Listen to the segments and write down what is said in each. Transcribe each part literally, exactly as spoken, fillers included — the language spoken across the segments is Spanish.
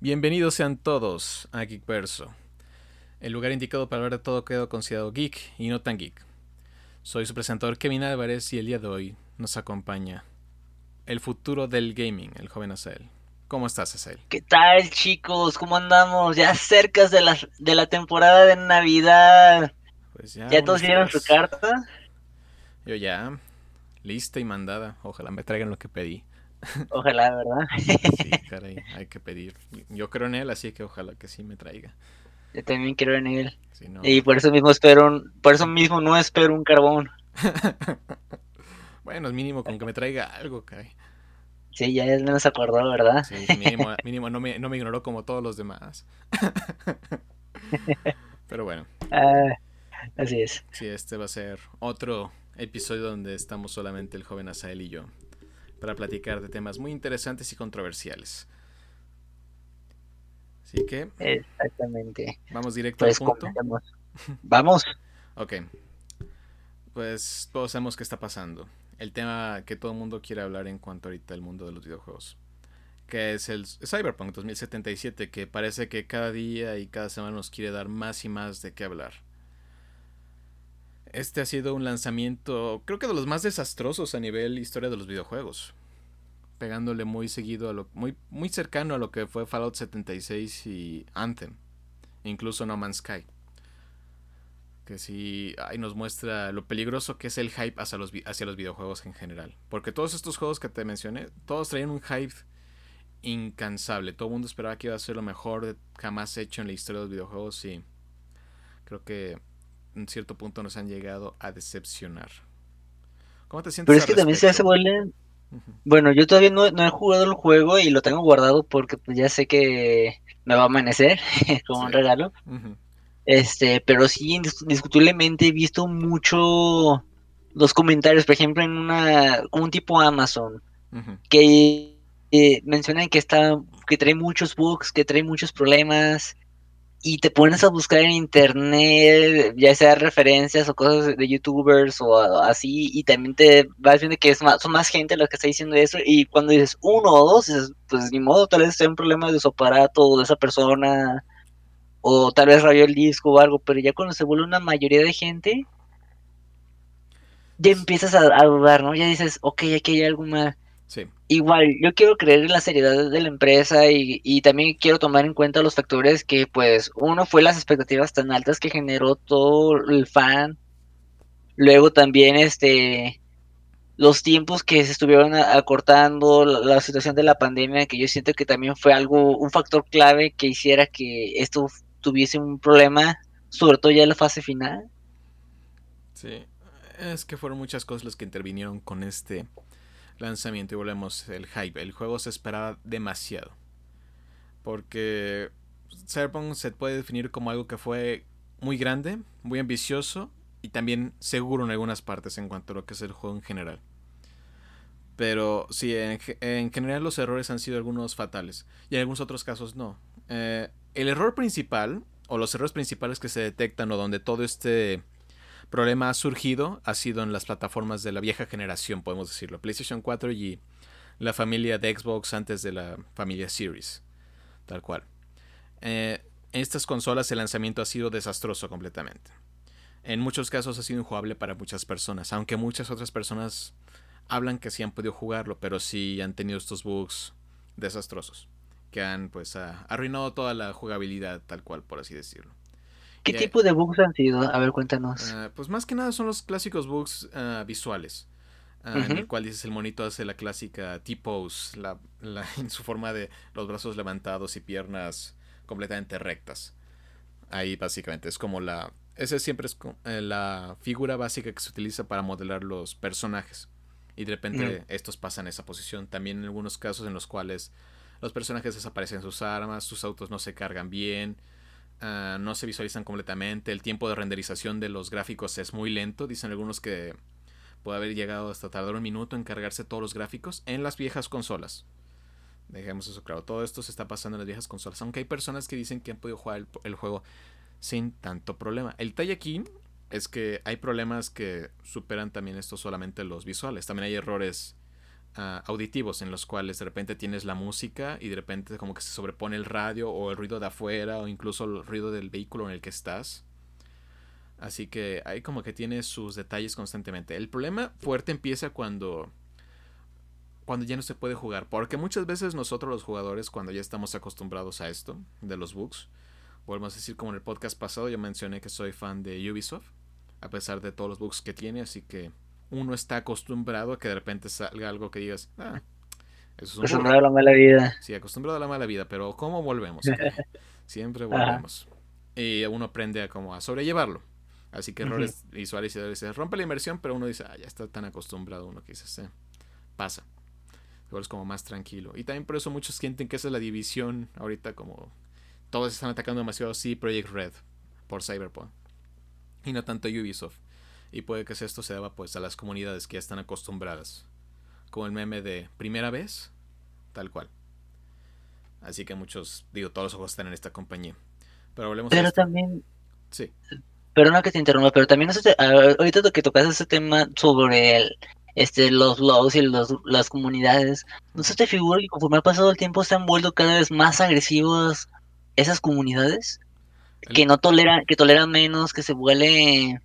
Bienvenidos sean todos a Geekverso, el lugar indicado para hablar de todo que quedó considerado geek y no tan geek. Soy su presentador Kevin Álvarez y el día de hoy nos acompaña el futuro del gaming, el joven Asael. ¿Cómo estás, Asael? ¿Qué tal, chicos? ¿Cómo andamos? Ya cerca de la, de la temporada de Navidad. Pues ya ¿Ya todos unos vieron su días. carta? Yo ya, lista y mandada. Ojalá me traigan lo que pedí. Ojalá, ¿verdad? Sí, caray, hay que pedir. Yo creo en él, así que ojalá que sí me traiga. Yo también quiero en él. Si no... Y por eso mismo espero, un- por eso mismo no espero un carbón. bueno, es mínimo con que me traiga algo, caray. Sí, ya él no se acordó, ¿verdad? Sí, mínimo, mínimo no me, no me ignoró como todos los demás. Pero bueno, Ah, así es. sí, este va a ser otro episodio donde estamos solamente el joven Asael y yo para platicar de temas muy interesantes y controversiales. Así que Exactamente. vamos directo al Pues punto. comencemos. Vamos. Ok, pues todos sabemos qué está pasando. El tema que todo el mundo quiere hablar en cuanto ahorita al mundo de los videojuegos, que es el Cyberpunk dos mil setenta y siete, que parece que cada día y cada semana nos quiere dar más y más de qué hablar. Este ha sido un lanzamiento, creo que de los más desastrosos a nivel historia de los videojuegos, pegándole muy seguido a lo muy muy cercano a lo que fue Fallout setenta y seis y Anthem, incluso No Man's Sky, que sí ahí nos muestra lo peligroso que es el hype hacia los hacia los videojuegos en general, porque todos estos juegos que te mencioné, todos traían un hype incansable, todo el mundo esperaba que iba a ser lo mejor jamás hecho en la historia de los videojuegos y creo que en cierto punto nos han llegado a decepcionar. ¿Cómo te Pero sientes es al que también se respecto? vuelven. Uh-huh. Bueno, yo todavía no, no he jugado el juego y lo tengo guardado porque pues ya sé que me va a amanecer como Sí. un regalo. Uh-huh. Este, pero sí, indis- indiscutiblemente he visto mucho los comentarios, por ejemplo, en una, como un tipo Amazon, Uh-huh. que eh, mencionan que está, que trae muchos bugs, que trae muchos problemas, y te pones a buscar en internet, ya sea referencias o cosas de, de YouTubers o a- así, y también te vas viendo que es más, son más gente los que está diciendo eso, y cuando dices uno o dos, dices, pues ni modo, tal vez sea un problema de su aparato o de esa persona o tal vez rayó el disco o algo, pero ya cuando se vuelve una mayoría de gente, ya empiezas a, a dudar, ¿no? Ya dices, ok, aquí hay algo más. Sí. Igual, yo quiero creer en la seriedad de la empresa y, y también quiero tomar en cuenta los factores que, pues, uno fue las expectativas tan altas que generó todo el fan, luego también, este, los tiempos que se estuvieron a- acortando, la, la situación de la pandemia, que yo siento que también fue algo, un factor clave que hiciera que esto tuviese un problema, sobre todo ya en la fase final. Sí. Es que fueron muchas cosas las que intervinieron con este lanzamiento y volvemos el hype. El juego se esperaba demasiado. Porque Cyberpunk se puede definir como algo que fue muy grande, muy ambicioso y también seguro en algunas partes en cuanto a lo que es el juego en general. Pero sí, en, en general los errores han sido algunos fatales y en algunos otros casos no. Eh, el error principal o los errores principales que se detectan o donde todo este problema ha surgido ha sido en las plataformas de la vieja generación, podemos decirlo. PlayStation cuatro y la familia de Xbox antes de la familia Series, tal cual. Eh, en estas consolas el lanzamiento ha sido desastroso completamente. En muchos casos ha sido injugable para muchas personas, aunque muchas otras personas hablan que sí han podido jugarlo, pero sí han tenido estos bugs desastrosos que han pues uh, arruinado toda la jugabilidad tal cual, por así decirlo. ¿Qué Y, uh, tipo de bugs han sido? A ver, cuéntanos. pues más que nada son los clásicos bugs uh, visuales, uh, en el Ujú. cual dices el monito hace la clásica T-pose, la, la, en su forma de los brazos levantados y piernas completamente rectas. Ahí básicamente es como la... Esa siempre es eh, la figura básica que se utiliza para modelar los personajes. Y de Mm. repente estos pasan esa posición. También en algunos casos en los cuales los personajes desaparecen sus armas, sus autos no se cargan bien, uh, no se visualizan completamente, el tiempo de renderización de los gráficos es muy lento. Dicen algunos que puede haber llegado hasta tardar un minuto en cargarse todos los gráficos en las viejas consolas. Dejemos eso claro, todo esto se está pasando en las viejas consolas, aunque hay personas que dicen que han podido jugar el, el juego sin tanto problema. El detalle aquí es que hay problemas que superan también esto solamente los visuales. También hay errores uh, auditivos en los cuales de repente tienes la música y de repente como que se sobrepone el radio o el ruido de afuera o incluso el ruido del vehículo en el que estás. Así que ahí como que tiene sus detalles constantemente. El problema fuerte empieza cuando cuando ya no se puede jugar, porque muchas veces nosotros los jugadores, cuando ya estamos acostumbrados a esto de los bugs, volvemos a decir, como en el podcast pasado yo mencioné que soy fan de Ubisoft, a pesar de todos los bugs que tiene, así que uno está acostumbrado a que de repente salga algo que digas, ah, eso es un Acostumbrado a bug. la mala vida. Sí, acostumbrado a la mala vida, pero ¿cómo volvemos, caray? Siempre Ajá. volvemos. Y uno aprende a como a sobrellevarlo. Así que Ujú. errores visuales y se rompe la inmersión, pero uno dice, ah, ya está tan acostumbrado uno que dice, eh, pasa. Luego es como más tranquilo. Y también por eso muchos sienten que esa es la división ahorita, como todos están atacando demasiado, sí, Project Red por Cyberpunk y no tanto Ubisoft. Y puede que esto se deba pues a las comunidades que ya están acostumbradas, como el meme de primera vez, tal cual. Así que muchos, digo, todos los ojos están en esta compañía. Pero hablemos a Pero esto. también, Sí. perdona que te interrumpa, pero también no se te- a- ahorita que tocas ese tema sobre el, este, los logs y los, las comunidades, ¿no se Uh-huh. te figura que conforme ha pasado el tiempo se han vuelto cada vez más agresivos esas comunidades? El, Que no toleran, que toleran menos, que se vuelve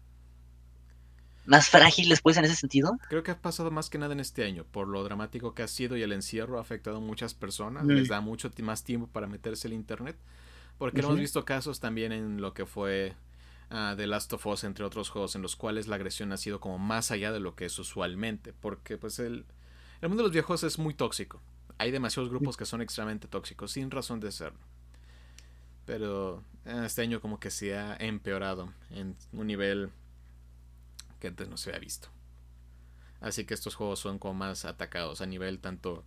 más frágiles pues en ese sentido. creo que ha pasado más que nada en este año, por lo dramático que ha sido y el encierro ha afectado a muchas personas, les Mm, da mucho más tiempo para meterse al internet, porque lo hemos ujú. visto casos también en lo que fue uh, The Last of Us, entre otros juegos, en los cuales la agresión ha sido como más allá de lo que es usualmente, porque pues el, el mundo de los videojuegos es muy tóxico, hay demasiados grupos que son extremadamente tóxicos, sin razón de serlo, pero eh, este año como que se ha empeorado en un nivel que antes no se había visto. Así que estos juegos son como más atacados a nivel tanto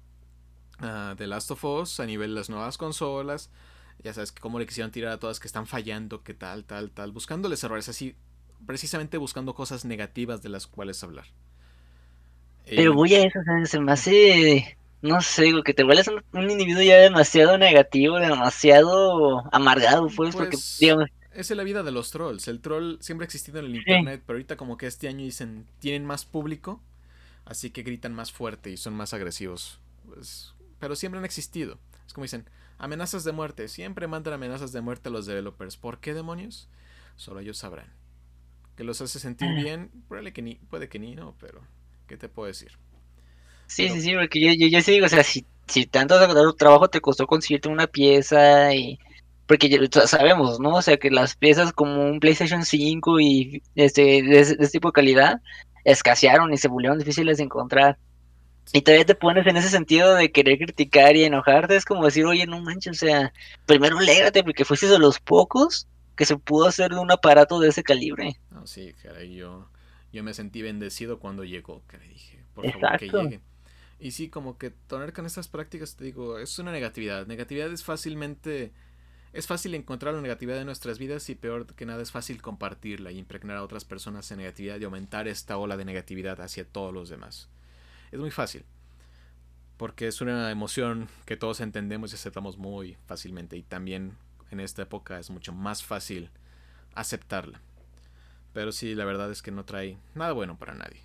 uh, The Last of Us, a nivel de las nuevas consolas. Ya sabes que cómo le quisieron tirar a todas que están fallando, que tal, tal, tal. Buscándoles errores, así, precisamente buscando cosas negativas de las cuales hablar. Pero Y, voy a eso, o sea, se me hace, no sé, güey, que te vuelves un, un individuo ya demasiado negativo, demasiado amargado, pues, porque, pues, digamos, esa es la vida de los trolls. El troll siempre ha existido en el sí, internet, pero ahorita como que este año dicen, tienen más público, así que gritan más fuerte y son más agresivos. Pues, pero siempre han existido. Es como dicen, amenazas de muerte. Siempre mandan amenazas de muerte a los developers. ¿Por qué demonios? Solo ellos sabrán. ¿Que los hace sentir bien? Puede que ni, puede que ni, no, pero ¿qué te puedo decir? sí, sí, Pero, sí, porque yo, yo, yo sí digo, o sea, si, si tanto trabajo te costó conseguirte una pieza y... Porque ya sa- sabemos, ¿no? O sea, que las piezas como un PlayStation cinco y este, de, ese de ese tipo de calidad escasearon y se volvieron difíciles de encontrar. Y sí, todavía te pones en ese sentido de querer criticar y enojarte, es como decir, oye, no manches, o sea, primero alégrate porque fuiste de los pocos que se pudo hacer de un aparato de ese calibre. no, sí, caray, yo, yo me sentí bendecido cuando llegó, caray, dije, por favor que Exacto. llegue. Y sí, como que tener con estas prácticas, te digo, es una negatividad. Negatividad es fácilmente, es fácil encontrar la negatividad en nuestras vidas y peor que nada es fácil compartirla y impregnar a otras personas en negatividad y aumentar esta ola de negatividad hacia todos los demás. Es muy fácil, porque es una emoción que todos entendemos y aceptamos muy fácilmente y también en esta época es mucho más fácil aceptarla. Pero sí, la verdad es que no trae nada bueno para nadie.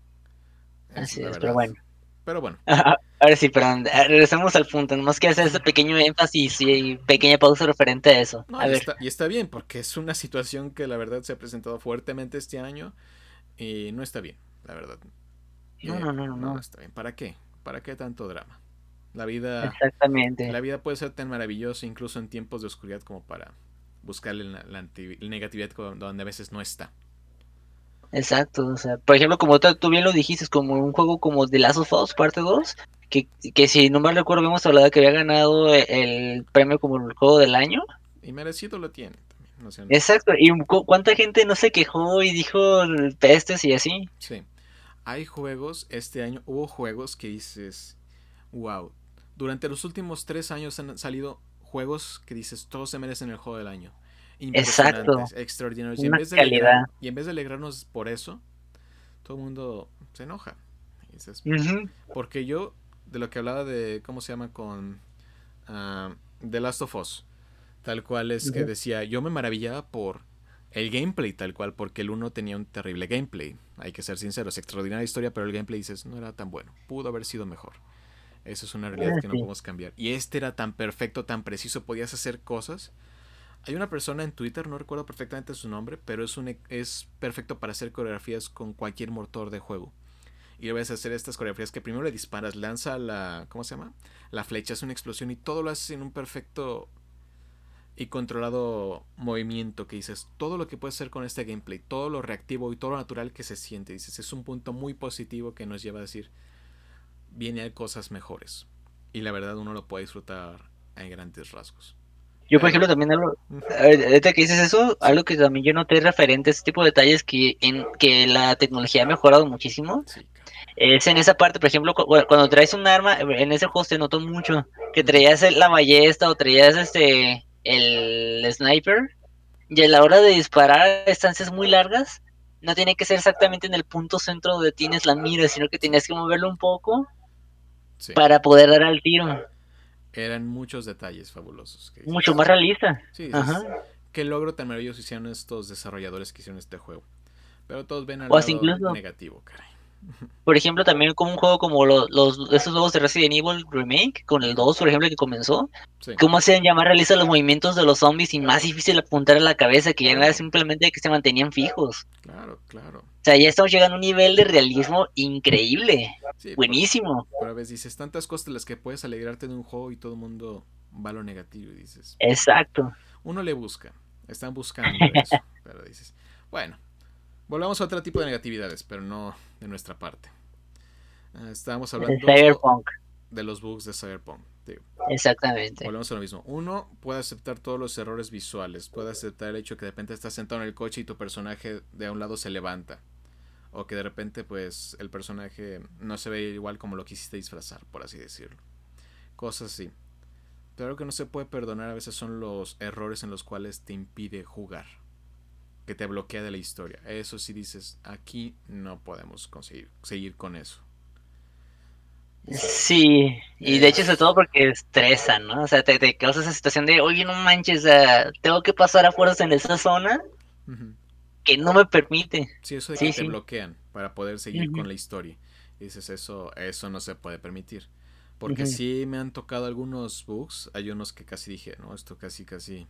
Esa es Así la es, pero verdad. bueno. Pero bueno, Ahora sí, perdón, eh, regresamos al punto, nomás que hacer ese pequeño énfasis y pequeña pausa referente a eso. no, A y ver, está, y está bien, porque es una situación que la verdad se ha presentado fuertemente este año y no está bien, la verdad. no, Eh, no, no, no, no, no no, está bien. ¿Para qué? ¿Para qué tanto drama? La vida, la exactamente, vida puede ser tan maravillosa incluso en tiempos de oscuridad como para buscarle la, la, la negatividad donde a veces no está. exacto, o sea, por ejemplo, como tú, tú bien lo dijiste, como un juego como The Last of Us parte dos que, que si no mal recuerdo habíamos hablado que había ganado e- el premio como el juego del año. Y merecido lo tiene también, no sean malos. Exacto, y cu- cuánta gente no se quejó y dijo pestes y así. Sí, hay juegos, este año hubo juegos que dices, wow, durante los últimos tres años han salido juegos que dices, todos se merecen el juego del año. Exacto, Impresionantes, extraordinarios. Y en una vez de calidad. alegrar, y en vez de alegrarnos por eso, todo el mundo se enoja. Y dices, Ujú, porque yo, de lo que hablaba de, ¿cómo se llama? Con uh, The Last of Us, tal cual es que ujú. decía, yo me maravillaba por el gameplay tal cual, porque el uno tenía un terrible gameplay. Hay que ser sinceros, extraordinaria historia, pero el gameplay dices, no era tan bueno, pudo haber sido mejor. Eso es una realidad Ah, que no sí. podemos cambiar. Y este era tan perfecto, tan preciso, podías hacer cosas. Hay una persona en Twitter, no recuerdo perfectamente su nombre, pero es, un, es perfecto para hacer coreografías con cualquier motor de juego. Y le vas a hacer estas coreografías que primero le disparas, lanza la, ¿cómo se llama? La flecha, es una explosión y todo lo haces en un perfecto y controlado movimiento que dices, todo lo que puedes hacer con este gameplay, todo lo reactivo y todo lo natural que se siente, dices, es un punto muy positivo que nos lleva a decir, viene a cosas mejores. Y la verdad uno lo puede disfrutar en grandes rasgos. Yo, por Pero, ejemplo, también algo, uh-huh, ahor- ahorita que dices eso, sí, algo que también yo noté referente a este tipo de detalles que en que la tecnología ha mejorado muchísimo, sí, cabrón. es en esa parte, por ejemplo, cu- cu- cuando traes un arma, en ese juego se notó mucho que Uh-huh, traías el- la ballesta o traías este el sniper y a la hora de disparar a distancias muy largas, no tiene que ser exactamente en el punto centro donde tienes la mira, sino que sí, tenías que moverlo un poco sí. para poder dar al tiro. Eran muchos detalles fabulosos que Mucho dices. más realista. Sí, Ajá. dices, qué logro tan maravilloso hicieron estos desarrolladores que hicieron este juego. Pero todos ven al O hasta lado incluso, negativo, caray. por ejemplo, también como un juego como lo- los, esos juegos de Resident Evil Remake, con el Uh-huh, dos por ejemplo, que comenzó, sí, cómo hacían llamar realistas los movimientos de los zombies y más difícil apuntar a la cabeza, que ya no era claro, simplemente que se mantenían fijos. claro, claro. O sea, ya estamos llegando a un nivel de realismo increíble, Sí, por, buenísimo. pero a veces dices tantas cosas de las que puedes alegrarte de un juego y todo el mundo va a lo negativo y dices, Exacto. uno le busca, están buscando eso, pero dices, bueno, volvamos a otro tipo de negatividades, pero no de nuestra parte. Uh, estábamos hablando Cyberpunk, de los bugs de Cyberpunk. Digo, exactamente. volvemos a lo mismo. Uno puede aceptar todos los errores visuales, puede aceptar el hecho de que de repente estás sentado en el coche y tu personaje de a un lado se levanta. O que de repente pues el personaje no se ve igual como lo quisiste disfrazar, por así decirlo. Cosas así. Pero lo que no se puede perdonar a veces son los errores en los cuales te impide jugar. Que te bloquea de la historia. Eso sí dices, aquí no podemos conseguir seguir con eso. Dices, Sí, y de hecho sobre todo es... porque estresan, ¿no? O sea, te, te causa esa situación de, oye, no manches, uh, tengo que pasar a fuerzas en esa zona Uh-huh. que no me permite. Sí, eso de que Sí, te sí. bloquean para poder seguir Ujú, con la historia. Y dices, eso, eso no se puede permitir. Porque ujú. sí me han tocado algunos bugs. Hay unos que casi dije, no, esto casi, casi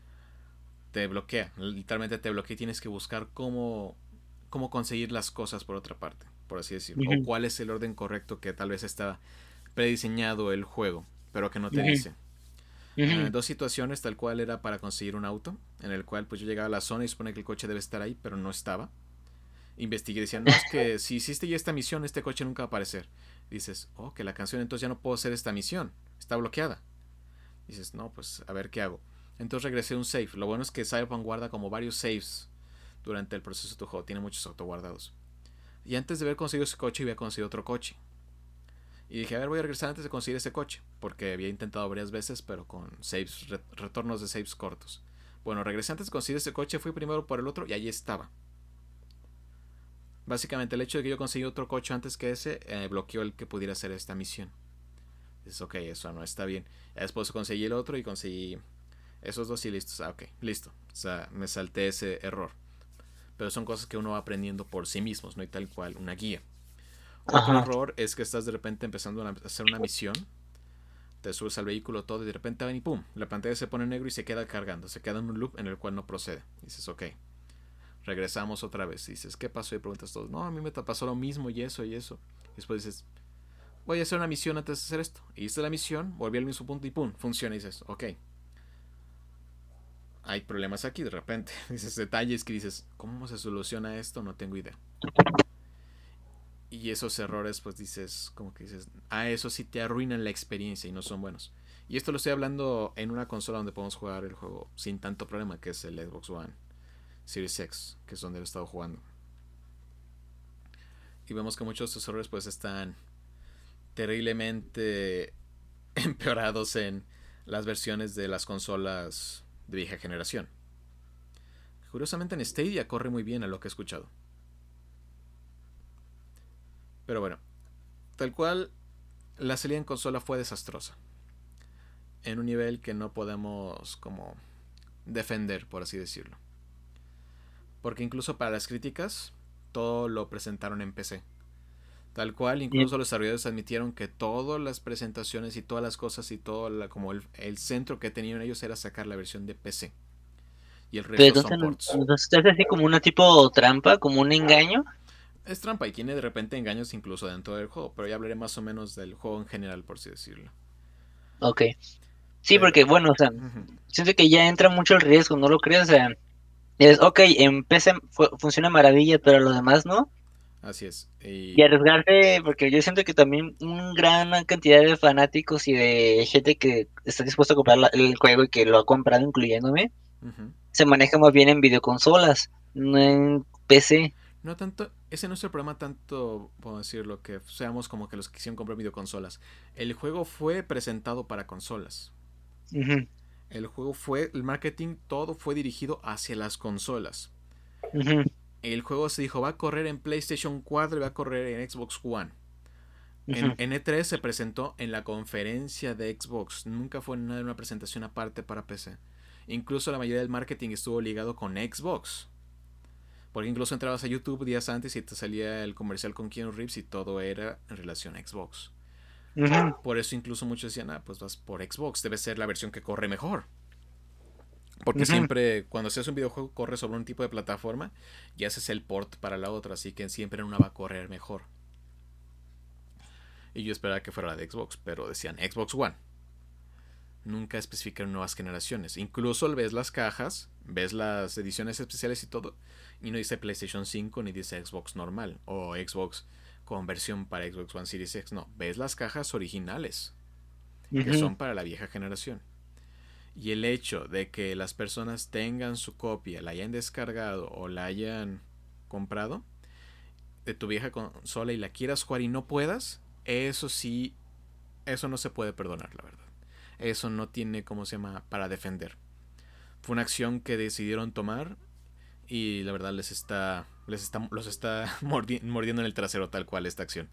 te bloquea. Literalmente te bloquea y tienes que buscar cómo, cómo conseguir las cosas por otra parte, por así decirlo. O Ujú, cuál es el orden correcto que tal vez está prediseñado el juego, pero que no te ujú, dice. Uh, ujú. dos situaciones tal cual era para conseguir un auto, en el cual pues yo llegaba a la zona y supone que el coche debe estar ahí, pero no estaba. Investigué y decían, no, es que si hiciste ya esta misión, este coche nunca va a aparecer. Dices, oh, que la canción entonces ya no puedo hacer esta misión, está bloqueada. Dices, no, pues a ver qué hago. Entonces regresé a un save. Lo bueno es que Cyberpunk guarda como varios saves durante el proceso de tu juego, tiene muchos autoguardados. Y antes de haber conseguido ese coche, había conseguido otro coche. Y dije, a ver, voy a regresar antes de conseguir ese coche, porque había intentado varias veces, pero con saves, re retornos de saves cortos. Bueno, regresé antes de conseguir ese coche, fui primero por el otro y allí estaba. Básicamente el hecho de que yo conseguí otro coche antes que ese eh, bloqueó el que pudiera hacer esta misión. Dices, ok, eso no está bien. Ya después conseguí el otro y conseguí esos dos y listos. Ah, ok, listo. O sea, me salté ese error. Pero son cosas que uno va aprendiendo por sí mismos, no hay tal cual una guía. Otro Ajá. error es que estás de repente empezando a hacer una misión, te subes al vehículo todo y de repente ven y pum, la pantalla se pone negro y se queda cargando, se queda en un loop en el cual no procede. Dices, ok, regresamos otra vez. Dices, ¿qué pasó? Y preguntas todo. No, a mí me pasó lo mismo y eso y eso. Y después dices, voy a hacer una misión antes de hacer esto. Y hice la misión, volví al mismo punto y pum, funciona. Y dices, ok, hay problemas aquí de repente. Dices detalles que dices, ¿cómo se soluciona esto? No tengo idea. Y esos errores, pues dices, como que dices, ah, eso sí te arruinan la experiencia y no son buenos. Y esto lo estoy hablando en una consola donde podemos jugar el juego sin tanto problema, que es el Xbox One Series X, que es donde lo he estado jugando. Y vemos que muchos de estos errores pues están terriblemente empeorados en las versiones de las consolas de vieja generación. Curiosamente en Stadia corre muy bien a lo que he escuchado. Pero bueno, tal cual la salida en consola fue desastrosa. En un nivel que no podemos como defender, por así decirlo. Porque incluso para las críticas, todo lo presentaron en P C. Tal cual, Bien. incluso los desarrolladores admitieron que todas las presentaciones y todas las cosas y todo la, como el, el centro que tenían ellos era sacar la versión de P C. Y el Pero resto son entonces, ports. entonces te hace así como una tipo trampa, como un engaño. Es trampa y tiene de repente engaños incluso dentro del juego, pero ya hablaré más o menos del juego en general, por así decirlo. Ok. Sí, Pero, porque bueno, o sea, uh-huh, siento que ya entra mucho el riesgo, ¿no lo crees? O sea, es, ok, en P C fu- funciona maravilla, pero lo demás no. así es. Y Y arriesgarse, porque yo siento que también una gran cantidad de fanáticos y de gente que está dispuesta a comprar la- el juego y que lo ha comprado, incluyéndome, uh-huh. se maneja más bien en videoconsolas, no en P C. No tanto, ese no es el problema tanto, puedo decirlo, que seamos como que los que quisieron comprar videoconsolas. El juego fue presentado para consolas. Ujú, El juego fue, el marketing, todo fue dirigido hacia las consolas. ujú, El juego se dijo, va a correr en PlayStation cuatro y va a correr en Xbox One. En, ujú, en E tres se presentó en la conferencia de Xbox, nunca fue nada de una presentación aparte para P C. Incluso la mayoría del marketing estuvo ligado con Xbox. Porque incluso entrabas a YouTube días antes y te salía el comercial con Keanu Reeves y todo era en relación a Xbox. ujú, Por eso incluso muchos decían, ah, pues vas por Xbox, debe ser la versión que corre mejor. Porque ujú. siempre, cuando haces un videojuego, corre sobre un tipo de plataforma y haces el port para la otra, así que siempre en una va a correr mejor. Y yo esperaba que fuera la de Xbox, pero decían Xbox One. Nunca especificaron nuevas generaciones. Incluso ves las cajas, ves las ediciones especiales y todo, y no dice PlayStation cinco ni dice Xbox normal o Xbox con versión para Xbox One Series X. No, ves las cajas originales, que Ujú. son para la vieja generación. Y el hecho de que las personas tengan su copia, la hayan descargado o la hayan comprado de tu vieja consola y la quieras jugar y no puedas, eso sí, eso no se puede perdonar, la verdad. Eso no tiene, ¿cómo se llama?, para defender. Fue una acción que decidieron tomar y la verdad les está, les está, los está mordi mordiendo en el trasero tal cual esta acción.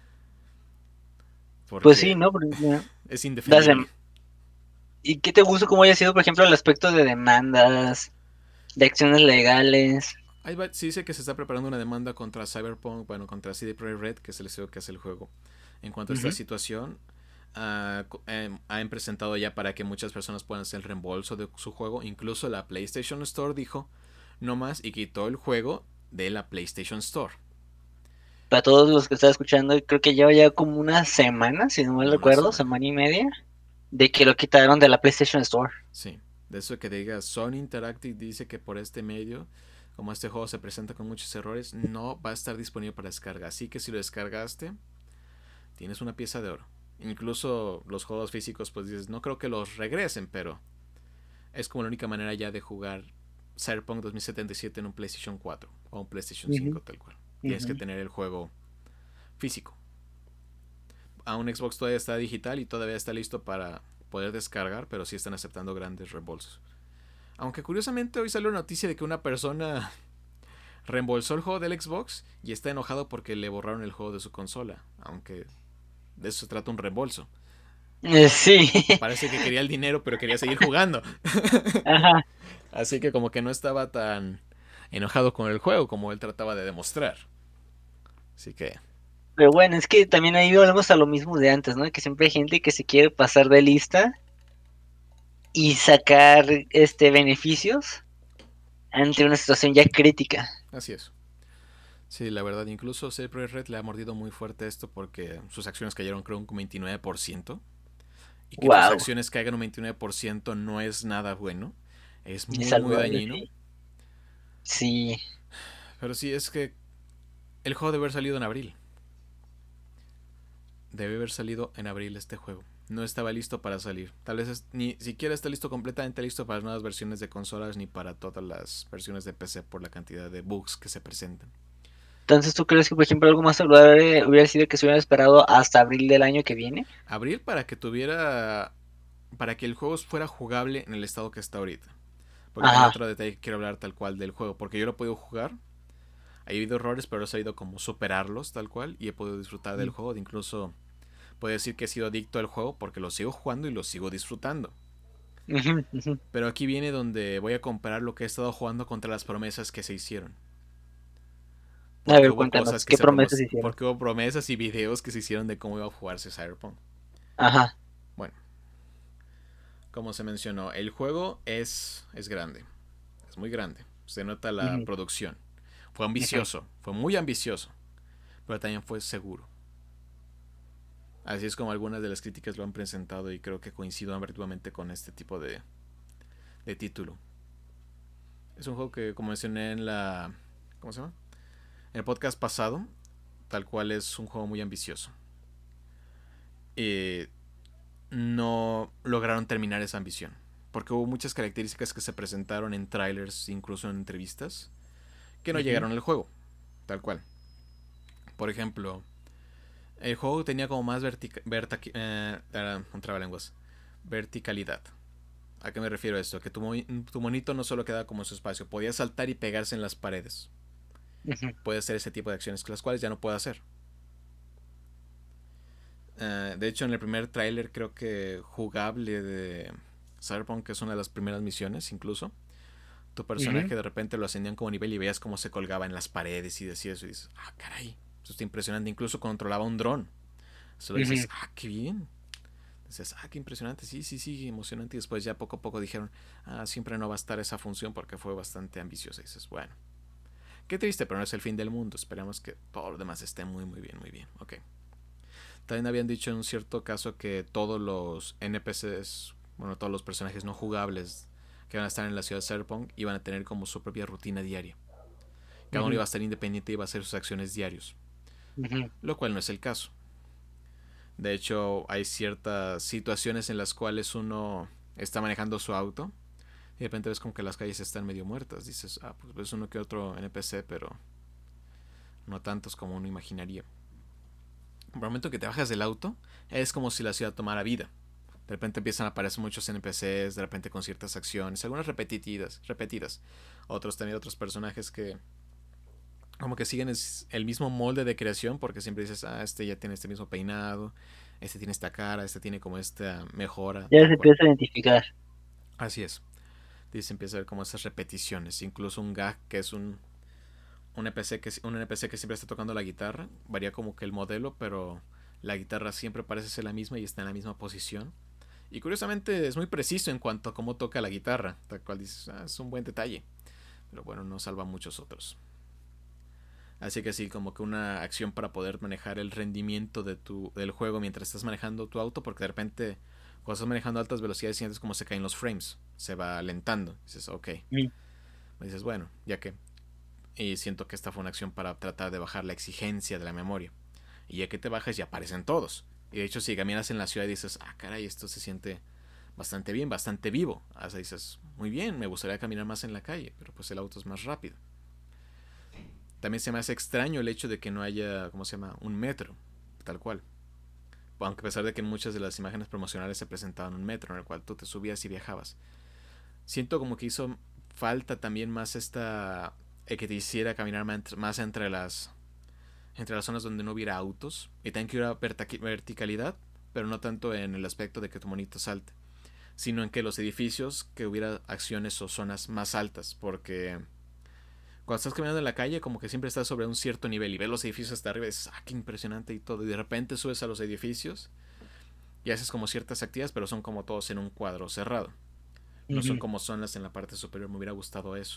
Pues sí, Porque ¿no? Porque, eh, es las indefendible. dem- ¿Y qué te gusta cómo haya sido, por ejemplo, el aspecto de demandas, de acciones legales? Ahí va, sí dice que se está preparando una demanda contra Cyberpunk, bueno, contra C D Projekt Red, que es el estudio que hace el juego. En cuanto a esta Ujú. situación, uh, eh, han presentado ya para que muchas personas puedan hacer el reembolso de su juego. Incluso la PlayStation Store dijo no más y quitó el juego de la PlayStation Store. Para todos los que están escuchando, creo que lleva ya como una semana, si no mal Una recuerdo, semana. semana y media, de que lo quitaron de la PlayStation Store. Sí. De eso que diga, Sony Interactive dice que por este medio, como este juego se presenta con muchos errores, no va a estar disponible para descarga. Así que si lo descargaste, tienes una pieza de oro. Incluso los juegos físicos, pues dices, no creo que los regresen, pero es como la única manera ya de jugar Cyberpunk dos mil setenta y siete en un PlayStation cuatro o un PlayStation Ujú, cinco tal cual. Tienes que ujú. tener el juego físico. A un Xbox todavía está digital y todavía está listo para poder descargar, pero sí están aceptando grandes reembolsos. Aunque curiosamente hoy salió una noticia de que una persona reembolsó el juego del Xbox y está enojado porque le borraron el juego de su consola. Aunque de eso se trata un reembolso. Eh, sí, Parece que quería el dinero, pero quería seguir jugando. ajá. Así que como que no estaba tan enojado con el juego como él trataba de demostrar. Así que, Pero bueno, es que también ahí volvemos a lo mismo de antes, ¿no? Que siempre hay gente que se quiere pasar de lista y sacar este beneficios ante una situación ya crítica. así es. Sí, la verdad, incluso C P Red le ha mordido muy fuerte esto porque sus acciones cayeron creo un veintinueve por ciento. Y que tus Wow, acciones caigan un veintinueve por ciento no es nada bueno. Es es muy, muy saludable, dañino. sí. Sí, Pero sí, es que el juego debe haber salido en abril. Debe haber salido en abril este juego. No estaba listo para salir. Tal vez es, ni siquiera está listo completamente listo para las nuevas versiones de consolas ni para todas las versiones de P C por la cantidad de bugs que se presentan. entonces ¿tú crees que, por ejemplo, algo más saludable hubiera sido que se hubiera esperado hasta abril del año que viene? Abril para que tuviera... para que el juego fuera jugable en el estado que está ahorita. Porque también Ajá. otro detalle que quiero hablar tal cual del juego. Porque yo lo he podido jugar. Ha habido errores, pero he sabido como superarlos tal cual. Y he podido disfrutar del juego. De incluso puedo decir que he sido adicto al juego porque lo sigo jugando y lo sigo disfrutando. Ujú, ujú. Pero aquí viene donde voy a comparar lo que he estado jugando contra las promesas que se hicieron. A Porque ver, hubo cosas cuéntanos, que ¿qué se promesas promos hicieron? porque hubo promesas y videos que se hicieron de cómo iba a jugarse Cyberpunk. Ajá. Bueno, como se mencionó, el juego es, es grande. Es muy grande. Se nota la Ujú, producción. Fue ujú, ambicioso. Fue muy ambicioso. Pero también fue seguro. Así es como algunas de las críticas lo han presentado y creo que coincido ampliamente con este tipo de, de título. Es un juego que, como mencioné en la... ¿Cómo se llama? En el podcast pasado, tal cual es un juego muy ambicioso. Eh, no lograron terminar esa ambición. Porque hubo muchas características que se presentaron en trailers, incluso en entrevistas, que no ujú, llegaron al juego, tal cual. Por ejemplo, el juego tenía como más vertica vertica eh, uh, verticalidad. ¿A qué me refiero a esto? Que tu, mo tu, monito no solo quedaba como en su espacio, podía saltar y pegarse en las paredes. ujú, Puede hacer ese tipo de acciones, las cuales ya no puede hacer. Uh, de hecho, en el primer tráiler creo que jugable de Cyberpunk, que es una de las primeras misiones incluso, tu ujú, personaje de repente lo ascendían como nivel y veías cómo se colgaba en las paredes y decías eso y dices, ah, caray, eso está impresionante. Incluso controlaba un dron. Solo dices, ujú. ah, qué bien. Dices, ah, qué impresionante, sí, sí, sí, emocionante. Y después ya poco a poco dijeron, ah, siempre no va a estar esa función porque fue bastante ambiciosa. Y dices, bueno, qué triste, pero no es el fin del mundo. Esperamos que todo lo demás esté muy, muy bien, muy bien. Ok. También habían dicho en un cierto caso que todos los N P Cs, bueno, todos los personajes no jugables que van a estar en la ciudad de Cyberpunk iban a tener como su propia rutina diaria. Cada uno Ujú, iba a estar independiente y iba a hacer sus acciones diarios. ujú, Lo cual no es el caso. De hecho, hay ciertas situaciones en las cuales uno está manejando su auto y de repente ves como que las calles están medio muertas. Dices, ah, pues ves uno que otro N P C, pero no tantos como uno imaginaría. En el momento que te bajas del auto, es como si la ciudad tomara vida. De repente empiezan a aparecer muchos N P Cs, de repente con ciertas acciones, algunas repetidas, repetidas. Otros también otros personajes que como que siguen el mismo molde de creación porque siempre dices, ah, este ya tiene este mismo peinado, este tiene esta cara, este tiene como esta mejora, ya tal se cual. empieza a identificar. Así es. Dice, empieza a ver como esas repeticiones. Incluso un gag que es un, un, N P C que, un N P C que siempre está tocando la guitarra. Varía como que el modelo, pero la guitarra siempre parece ser la misma y está en la misma posición. Y curiosamente es muy preciso en cuanto a cómo toca la guitarra. Tal cual dices, ah, es un buen detalle. Pero bueno, no salva a muchos otros. Así que sí, como que una acción para poder manejar el rendimiento de tu, del juego mientras estás manejando tu auto, porque de repente cuando estás manejando a altas velocidades sientes como se caen los frames, se va alentando. Dices, ok. Ujú, Dices, bueno, ya que. Y siento que esta fue una acción para tratar de bajar la exigencia de la memoria. Y ya que te bajas ya aparecen todos. Y de hecho si caminas en la ciudad y dices, ah, caray, esto se siente bastante bien, bastante vivo. O sea, dices, muy bien, me gustaría caminar más en la calle, pero pues el auto es más rápido. También se me hace extraño el hecho de que no haya, ¿cómo se llama? Un metro, tal cual. Aunque a pesar de que en muchas de las imágenes promocionales se presentaban un metro en el cual tú te subías y viajabas. Siento como que hizo falta también más esta... Eh, que te hiciera caminar más entre las... entre las zonas donde no hubiera autos. Y también que hubiera verticalidad, pero no tanto en el aspecto de que tu monito salte, sino en que los edificios, que hubiera acciones o zonas más altas, porque cuando estás caminando en la calle como que siempre estás sobre un cierto nivel y ves los edificios hasta arriba y dices, ah, qué impresionante y todo, y de repente subes a los edificios y haces como ciertas actividades, pero son como todos en un cuadro cerrado, no son ujú, como zonas en la parte superior. Me hubiera gustado eso,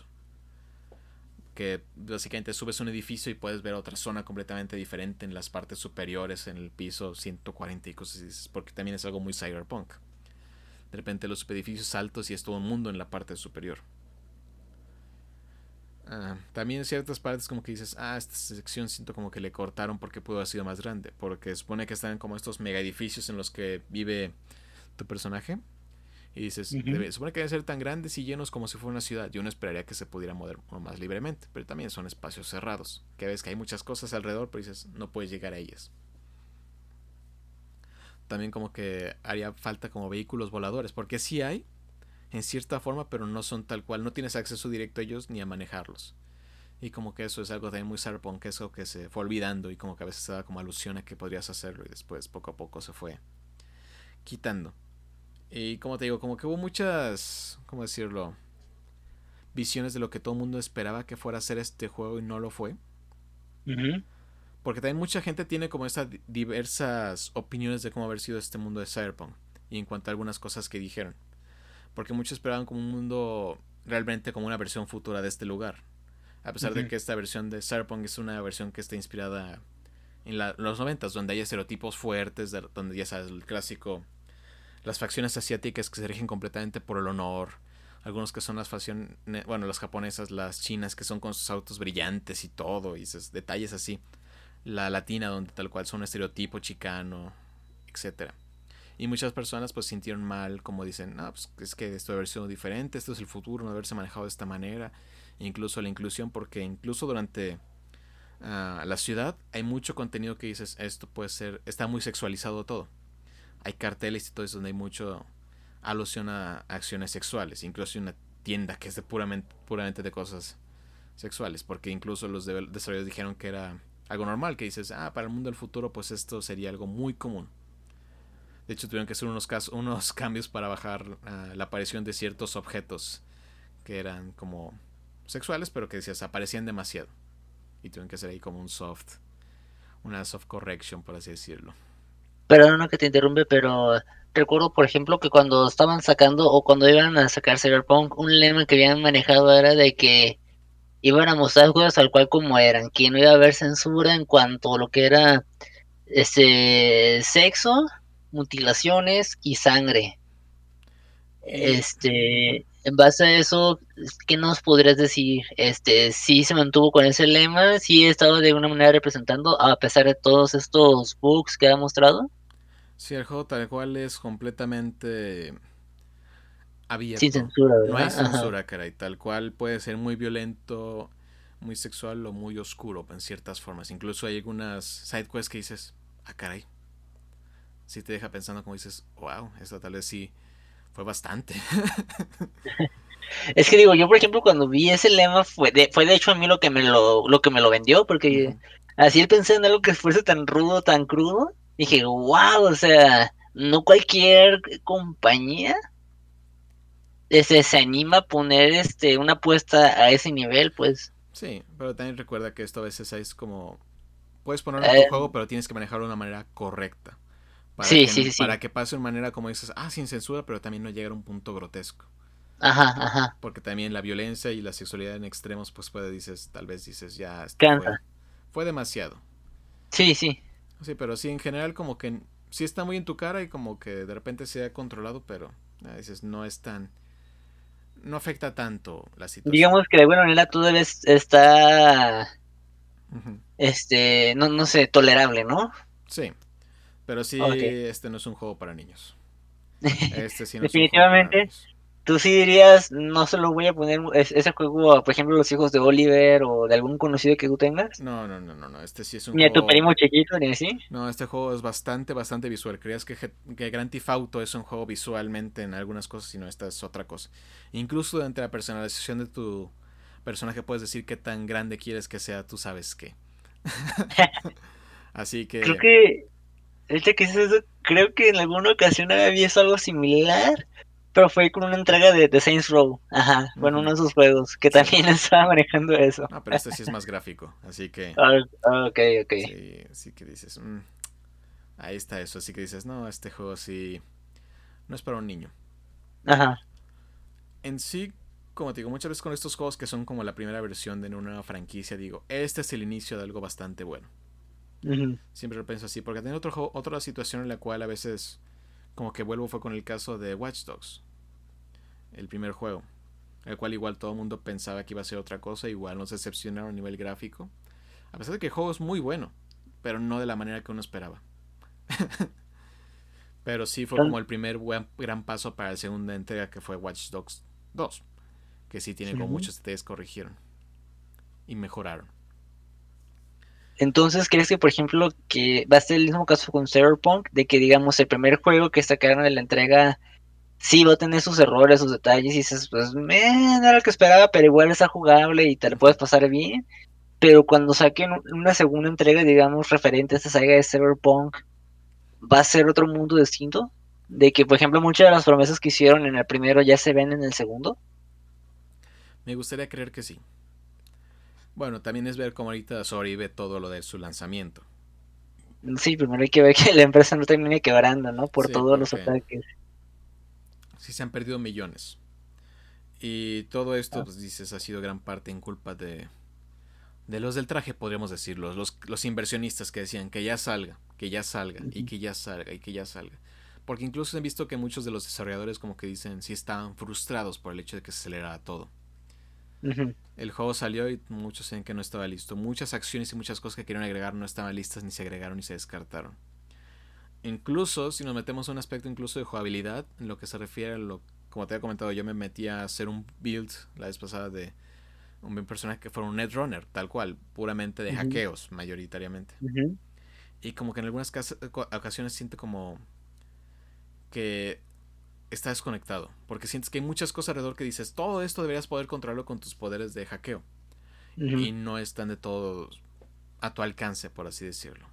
que básicamente subes un edificio y puedes ver otra zona completamente diferente en las partes superiores, en el piso ciento cuarenta y cosas así, porque también es algo muy cyberpunk. De repente los edificios altos y es todo un mundo en la parte superior. Ah, también en ciertas partes como que dices, ah, esta sección siento como que le cortaron porque pudo haber sido más grande, porque supone que están como estos mega edificios en los que vive tu personaje y dices, ujú. debe, supone que deben ser tan grandes y llenos como si fuera una ciudad. Yo no esperaría que se pudiera mover más libremente, pero también son espacios cerrados, que ves que hay muchas cosas alrededor, pero dices, no puedes llegar a ellas. También como que haría falta como vehículos voladores, porque sí hay, en cierta forma, pero no son tal cual, no tienes acceso directo a ellos ni a manejarlos. Y como que eso es algo también muy cyberpunkesco que se fue olvidando y como que a veces se da como alusión a que podrías hacerlo y después poco a poco se fue quitando. Y como te digo, como que hubo muchas, ¿cómo decirlo? Visiones de lo que todo el mundo esperaba que fuera a ser este juego y no lo fue. Uh-huh. Porque también mucha gente tiene como estas diversas opiniones de cómo haber sido este mundo de Cyberpunk. Y en cuanto a algunas cosas que dijeron. Porque muchos esperaban como un mundo realmente como una versión futura de este lugar. A pesar uh-huh. de que esta versión de Cyberpunk es una versión que está inspirada en la, los noventas, donde hay estereotipos fuertes, de, donde ya sabes, el clásico, las facciones asiáticas que se rigen completamente por el honor, algunos que son las facciones, bueno, las japonesas, las chinas que son con sus autos brillantes y todo, y esos detalles así, la latina donde tal cual son un estereotipo chicano, etcétera. Y muchas personas pues sintieron mal, como dicen, no, pues es que esto debe haber sido diferente, esto es el futuro, no haberse manejado de esta manera. Incluso la inclusión, porque incluso durante uh, la ciudad hay mucho contenido que dices, esto puede ser, está muy sexualizado todo. Hay carteles y todo eso donde hay mucho alusión a acciones sexuales, incluso una tienda que es de puramente, puramente de cosas sexuales, porque incluso los desarrolladores dijeron que era algo normal, que dices, ah, para el mundo del futuro pues esto sería algo muy común. De hecho tuvieron que hacer unos, casos, unos cambios para bajar uh, la aparición de ciertos objetos que eran como sexuales, pero que decías, aparecían demasiado. Y tuvieron que hacer ahí como un soft, una soft correction, por así decirlo. Perdón que te interrumpe, pero recuerdo, por ejemplo, que cuando estaban sacando o cuando iban a sacar Cyberpunk, un lema que habían manejado era de que iban a mostrar juegos tal cual como eran, que no iba a haber censura en cuanto a lo que era este sexo, mutilaciones y sangre. Y Este, en base a eso, ¿qué nos podrías decir? Este, sí se mantuvo con ese lema, sí estaba de alguna manera representando, a pesar de todos estos bugs que ha mostrado. sí, el juego tal cual es completamente Sin abierto. censura, No hay ¿verdad? Ajá. censura, caray. Tal cual puede ser muy violento, muy sexual o muy oscuro en ciertas formas. Incluso hay algunas sidequests que dices, ah, caray. Sí te deja pensando como dices, wow, esto tal vez sí fue bastante. Es que digo, yo por ejemplo cuando vi ese lema fue de, fue de hecho a mí lo que me lo, lo que me lo vendió, porque Uh-huh. así él pensé en algo que fuese tan rudo, tan crudo, dije, wow, o sea, no cualquier compañía este, se anima a poner este una apuesta a ese nivel, pues. Sí, pero también recuerda que esto a veces es como, puedes ponerlo en tu Eh, juego, pero tienes que manejarlo de una manera correcta. Para sí, que, sí, sí, para sí. que pase de manera como dices, ah, sin censura, pero también no llegar a un punto grotesco. Ajá, ajá. Porque también la violencia y la sexualidad en extremos, pues puede, dices, tal vez dices, ya, esto fue, Cansa. fue demasiado. Sí, sí. Sí, pero sí, en general como que sí está muy en tu cara y como que de repente se ha controlado, pero ah, dices, no es tan, no afecta tanto la situación. Digamos que de alguna manera todavía es- está Uh-huh. este, no, no sé, tolerable, ¿no? Sí, pero sí, Okay. este no es un juego para niños. Este sí no es un juego para Definitivamente, niños. tú sí dirías, no se lo voy a poner es- ese juego a, por ejemplo, los hijos de Oliver o de algún conocido que tú tengas, No, no, no, no, no. Este sí es un ni a tu juego. primo chiquito, ni así. No, este juego es bastante, bastante visual. Creías que, que Grand Theft Auto es un juego visualmente en algunas cosas, sino esta es otra cosa. Incluso entre la personalización de tu personaje puedes decir qué tan grande quieres que sea, tú sabes qué. Así Creo que, que, ahorita que dices eso, creo que en alguna ocasión había visto algo similar, pero fue con una entrega de, de Saints Row. Ajá, fue en uno uh-huh, de esos juegos que sí. también estaba manejando eso. No, pero este sí es más gráfico. Así que, Ah, ah, ok, ok. sí, sí que dices, mm, ahí está eso. Así que dices, no, este juego sí no es para un niño. Ajá. En sí, como te digo, muchas veces con estos juegos que son como la primera versión de una nueva franquicia, digo, este es el inicio de algo bastante bueno. Ujú. Siempre lo pienso así, porque tengo otro juego, otra situación en la cual a veces como que vuelvo fue con el caso de Watch Dogs, el primer juego, el cual igual todo el mundo pensaba que iba a ser otra cosa, igual nos decepcionaron a nivel gráfico, a pesar de que el juego es muy bueno, pero no de la manera que uno esperaba. Pero sí fue como el primer buen, gran paso para la segunda entrega que fue Watch Dogs dos, que sí tiene como Ujú. muchos detalles corrigieron y mejoraron. Entonces, ¿crees que, por ejemplo, que va a ser el mismo caso con Cyberpunk, de que, digamos, el primer juego que sacaron de la entrega sí va a tener sus errores, sus detalles, y dices, pues, "Meh, no era lo que esperaba, pero igual está jugable y te lo puedes Uh-huh. pasar bien"? Pero cuando saquen un- una segunda entrega, digamos, referente a esta saga de Cyberpunk, ¿va a ser otro mundo distinto? De que, por ejemplo, muchas de las promesas que hicieron en el primero ya se ven en el segundo. Me gustaría creer que sí. Bueno, también es ver cómo ahorita sobrevive todo lo de su lanzamiento. Sí, primero hay que ver que la empresa no termine quebrando, ¿no? Por Sí, todos los porque ataques. sí se han perdido millones. Y todo esto, Ah, pues dices, ha sido gran parte en culpa de, de los del traje, podríamos decirlo. Los, los inversionistas que decían que ya salga, que ya salga, y ujú, que ya salga, y que ya salga. Porque incluso he visto que muchos de los desarrolladores como que dicen sí estaban frustrados por el hecho de que se acelerara todo. ujú, El juego salió y muchos decían que no estaba listo. Muchas acciones y muchas cosas que querían agregar no estaban listas, ni se agregaron ni se descartaron. Incluso si nos metemos a un aspecto incluso de jugabilidad, en lo que se refiere a lo, como te había comentado, yo me metí a hacer un build la vez pasada de un personaje que fuera un netrunner, tal cual, puramente de ujú, hackeos, mayoritariamente. ujú. Y como que en algunas ocasiones siente como que está desconectado, porque sientes que hay muchas cosas alrededor que dices, todo esto deberías poder controlarlo con tus poderes de hackeo. Ujú. Y no están de todo a tu alcance, por así decirlo.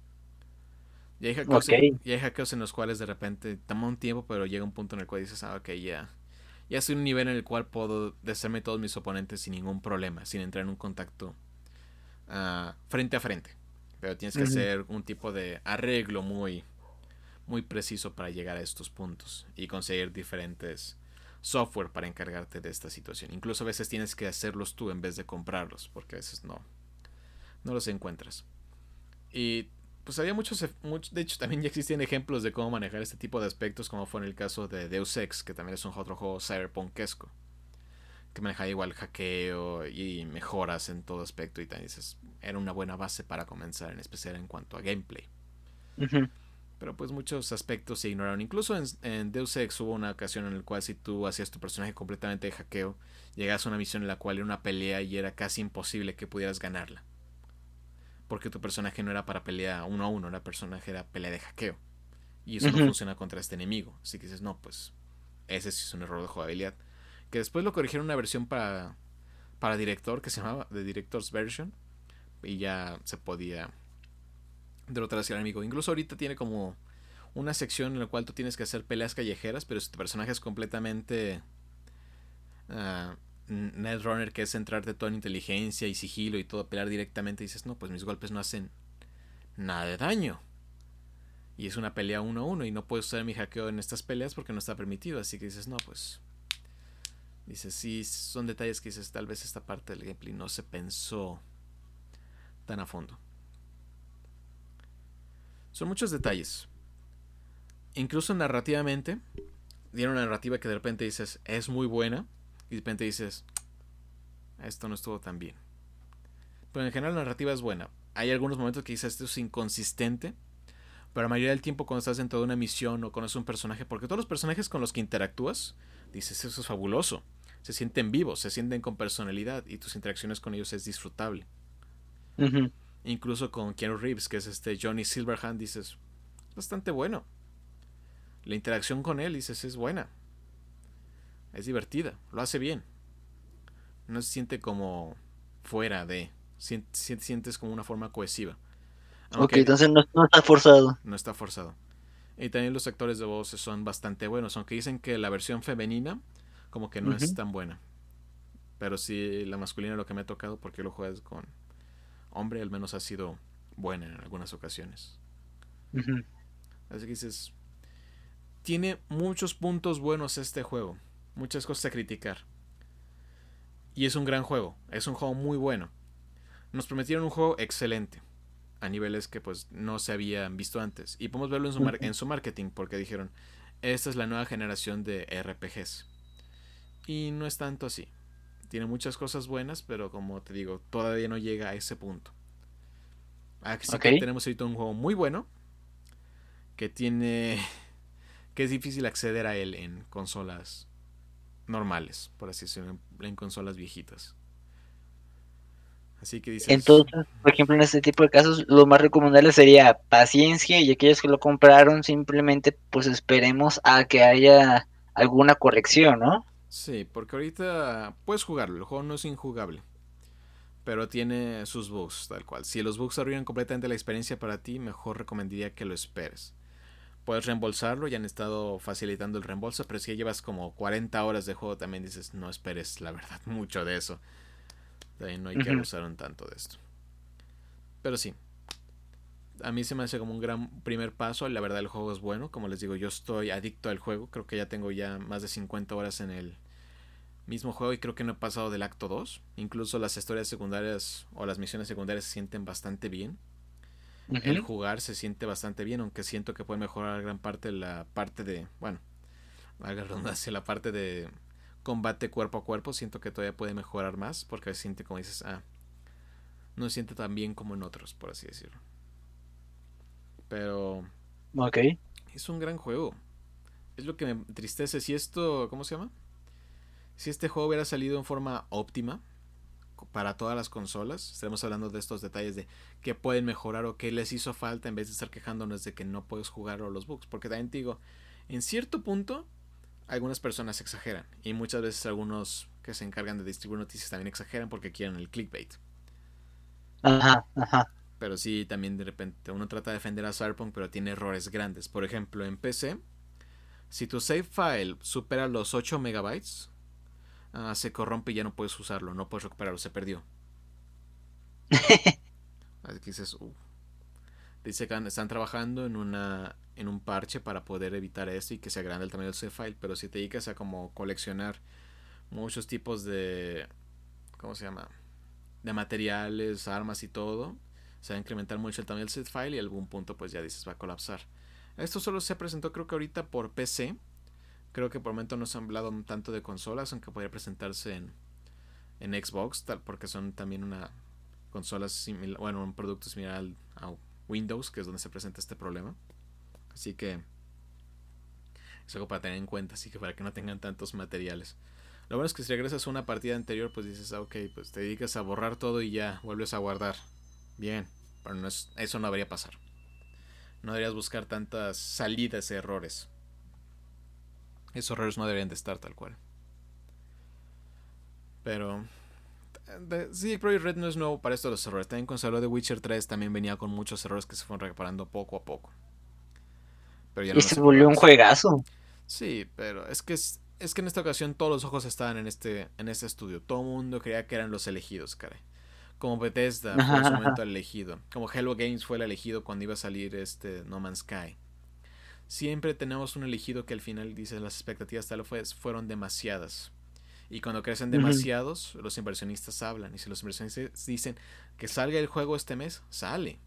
Y hay hackeos Ok. en, y hay hackeos en los cuales de repente toma un tiempo, pero llega un punto en el cual dices, ah, ok, ya. Ya estoy en un nivel en el cual puedo deshacerme todos mis oponentes sin ningún problema, sin entrar en un contacto uh, frente a frente. Pero tienes que Ujú, hacer un tipo de arreglo muy, muy preciso para llegar a estos puntos y conseguir diferentes software para encargarte de esta situación. Incluso a veces tienes que hacerlos tú en vez de comprarlos, porque a veces no, no los encuentras. Y pues había muchos, muchos, de hecho también ya existían ejemplos de cómo manejar este tipo de aspectos, como fue en el caso de Deus Ex, que también es un otro juego cyberpunkesco, que manejaba igual hackeo y mejoras en todo aspecto, y también dices, era una buena base para comenzar, en especial en cuanto a gameplay. ujú. Pero pues muchos aspectos se ignoraron. Incluso en, en Deus Ex hubo una ocasión en la cual si tú hacías tu personaje completamente de hackeo, llegabas a una misión en la cual era una pelea y era casi imposible que pudieras ganarla. Porque tu personaje no era para pelea uno a uno, era personaje era pelea de hackeo. Y eso no Ujú. funciona contra este enemigo. Así que dices, no, pues ese sí es un error de jugabilidad. Que después lo corrigieron una versión para, para director que se llamaba The Director's Version. Y ya se podía derrotar hacia el enemigo. Incluso ahorita tiene como una sección en la cual tú tienes que hacer peleas callejeras, pero si tu personaje es completamente uh, Netrunner, que es centrarte todo en inteligencia y sigilo y todo, pelear directamente, dices, no, pues mis golpes no hacen nada de daño. Y es una pelea uno a uno y no puedo usar mi hackeo en estas peleas porque no está permitido. Así que dices, no, pues. Dices, sí, son detalles que dices, tal vez esta parte del gameplay no se pensó tan a fondo. Son muchos detalles. Incluso narrativamente, dieron una narrativa que de repente dices, es muy buena. Y de repente dices, esto no estuvo tan bien. Pero en general la narrativa es buena. Hay algunos momentos que dices, esto es inconsistente. Pero la mayoría del tiempo cuando estás dentro de una misión o conoces un personaje, porque todos los personajes con los que interactúas, dices, eso es fabuloso. Se sienten vivos, se sienten con personalidad y tus interacciones con ellos es disfrutable. Ujú. Incluso con Keanu Reeves, que es este Johnny Silverhand, dices, bastante bueno. La interacción con él, dices, es buena. Es divertida, lo hace bien. No se siente como fuera de, sientes como una forma cohesiva. Ok, Aunque entonces no, no está forzado. no está forzado. Y también los actores de voz son bastante buenos, aunque dicen que la versión femenina como que no es Ujú, tan buena. Pero sí, la masculina lo que me ha tocado, porque lo juegas con hombre, al menos ha sido buena en algunas ocasiones. ujú. Así que dices, tiene muchos puntos buenos este juego, muchas cosas a criticar. Y es un gran juego, es un juego muy bueno. Nos prometieron un juego excelente, a niveles que pues no se habían visto antes. Y podemos verlo en su, mar Ujú. en su marketing, porque dijeron, esta es la nueva generación de R P Gs. Y no es tanto así. Tiene muchas cosas buenas, pero como te digo, todavía no llega a ese punto. Así Ok, que tenemos ahorita un juego muy bueno que tiene que es difícil acceder a él en consolas normales, por así decirlo, en consolas viejitas. Así que dices, entonces, por ejemplo, en este tipo de casos, lo más recomendable sería paciencia y aquellos que lo compraron simplemente pues esperemos a que haya alguna corrección, ¿no? sí, porque ahorita puedes jugarlo, el juego no es injugable, pero tiene sus bugs, tal cual. Si los bugs arruinan completamente la experiencia para ti, mejor recomendaría que lo esperes. puedes reembolsarlo y han estado facilitando el reembolso, pero si ya llevas como cuarenta horas de juego también dices, no esperes la verdad mucho de eso. También no hay que Ujú. abusar un tanto de esto. Pero sí, a mí se me hace como un gran primer paso. La verdad el juego es bueno, como les digo, yo estoy adicto al juego. Creo que ya tengo ya más de cincuenta horas en el mismo juego y creo que no he pasado del acto dos. Incluso las historias secundarias o las misiones secundarias se sienten bastante bien. El Ujú. jugar se siente bastante bien, aunque siento que puede mejorar gran parte la parte de, bueno, valga la redundancia, la parte de combate cuerpo a cuerpo. Siento que todavía puede mejorar más porque se siente, como dices, ah, no se siente tan bien como en otros, por así decirlo. Pero Ok. es un gran juego. Es lo que me entristece. Si esto, ¿cómo se llama? Si este juego hubiera salido en forma óptima para todas las consolas, estaremos hablando de estos detalles de qué pueden mejorar o qué les hizo falta en vez de estar quejándonos de que no puedes jugar o los bugs. Porque también te digo, en cierto punto, algunas personas exageran y muchas veces algunos que se encargan de distribuir noticias también exageran porque quieren el clickbait. Ajá, ajá. Pero sí, también de repente uno trata de defender a Cyberpunk, pero tiene errores grandes. Por ejemplo, en P C, si tu save file supera los ocho megabytes, uh, se corrompe y ya no puedes usarlo, no puedes recuperarlo, se perdió. Así que dices, uh. Dice que están trabajando en una en un parche para poder evitar esto y que se agrande el tamaño del save file, pero si te dedicas a como coleccionar muchos tipos de, ¿cómo se llama? De materiales, armas y todo, se va a incrementar mucho el tamaño del save file y a algún punto pues ya dices va a colapsar. Esto solo se presentó creo que ahorita por P C. Creo que por el momento no se ha hablado tanto de consolas, aunque podría presentarse en, en Xbox, tal, porque son también una consola similar, bueno, un producto similar al, a Windows, que es donde se presenta este problema. Así que es algo para tener en cuenta, así que para que no tengan tantos materiales. Lo bueno es que si regresas a una partida anterior, pues dices, ah, ok, pues te dedicas a borrar todo y ya vuelves a guardar. Bien, pero no es, eso no debería pasar. No deberías buscar tantas salidas de errores. Esos errores no deberían de estar tal cual. Pero de, sí, Project Red no es nuevo para esto de los errores. También cuando se habló de Witcher tres también venía con muchos errores que se fueron reparando poco a poco. Pero ya Y eran se los volvió un errores. juegazo. Sí, pero es que es, es que en esta ocasión todos los ojos estaban en este, en este estudio. Todo el mundo creía que eran los elegidos, caray. Como Bethesda fue en su Ajá, momento ajá. el elegido. Como Hello Games fue el elegido cuando iba a salir este No Man's Sky. Siempre tenemos un elegido que al final dice las expectativas tal vez fueron demasiadas. Y cuando crecen Ujú. demasiados, los inversionistas hablan. Y si los inversionistas dicen que salga el juego este mes, sale.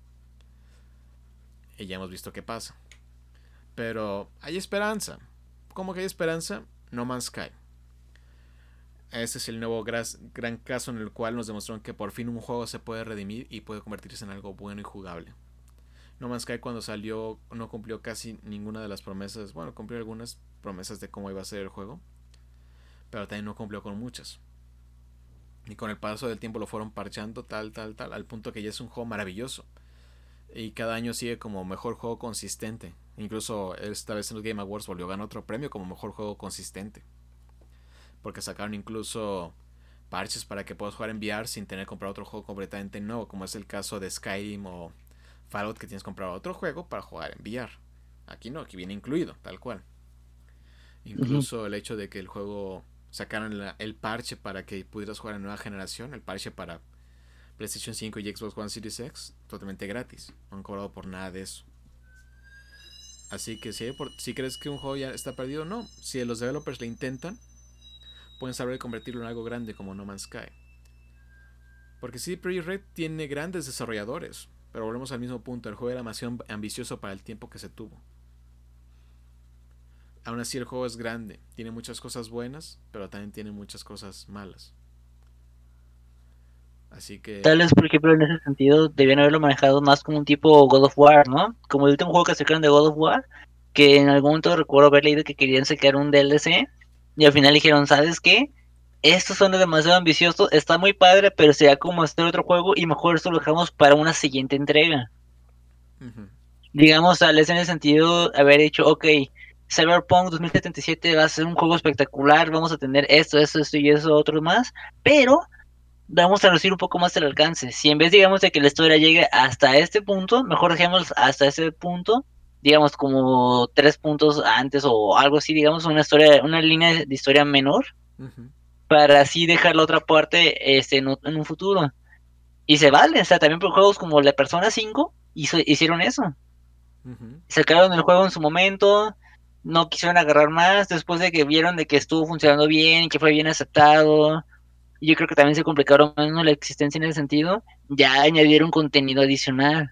Y ya hemos visto qué pasa. Pero hay esperanza. ¿Cómo que hay esperanza? No Man's Sky. Este es el nuevo gran caso en el cual nos demostraron que por fin un juego se puede redimir y puede convertirse en algo bueno y jugable. No Man's Sky cuando salió no cumplió casi ninguna de las promesas. Bueno, cumplió algunas promesas de cómo iba a ser el juego, pero también no cumplió con muchas. Y con el paso del tiempo lo fueron parchando tal, tal, tal, al punto que ya es un juego maravilloso. Y cada año sigue como mejor juego consistente. Incluso esta vez en los Game Awards volvió a ganar otro premio como mejor juego consistente. Porque sacaron incluso parches para que puedas jugar en V R sin tener que comprar otro juego completamente nuevo, como es el caso de Skyrim o Fallout, que tienes que comprar otro juego para jugar en V R. Aquí no, aquí viene incluido, tal cual. Ujú. Incluso el hecho de que el juego sacaron la, el parche para que pudieras jugar en nueva generación, el parche para PlayStation cinco y Xbox One Series X, totalmente gratis. No han cobrado por nada de eso. Así que si, por, si crees que un juego ya está perdido, no. Si los developers le intentan, pueden saber convertirlo en algo grande como No Man's Sky. Porque sí, Project Red tiene grandes desarrolladores, pero volvemos al mismo punto, el juego era demasiado ambicioso para el tiempo que se tuvo. Aún así el juego es grande, tiene muchas cosas buenas, pero también tiene muchas cosas malas. Así Tal que... vez, por ejemplo, en ese sentido, debían haberlo manejado más como un tipo God of War, ¿no? Como el último juego que sacaron de God of War, que en algún momento recuerdo haber leído que querían sacar un D L C, y al final dijeron, ¿sabes qué? Esto suena demasiado ambicioso, está muy padre, pero sería como hacer otro juego y mejor esto lo dejamos para una siguiente entrega. Uh-huh. Digamos, tal vez en el sentido haber dicho, ok, Cyberpunk dos mil setenta y siete va a ser un juego espectacular, vamos a tener esto, esto, esto y eso, otro más, pero vamos a reducir un poco más el alcance. Si en vez, digamos, de que la historia llegue hasta este punto, mejor dejemos hasta ese punto digamos, como tres puntos antes o algo así, digamos, una historia, una línea de historia menor, Ujú, para así dejar la otra parte este, en, en un futuro. Y se vale, o sea, también por juegos como la Persona cinco hizo, hicieron eso. ujú. Sacaron el juego en su momento, no quisieron agarrar más, después de que vieron de que estuvo funcionando bien y que fue bien aceptado. Y yo creo que también se complicaron menos la existencia en ese sentido. Ya añadieron contenido adicional.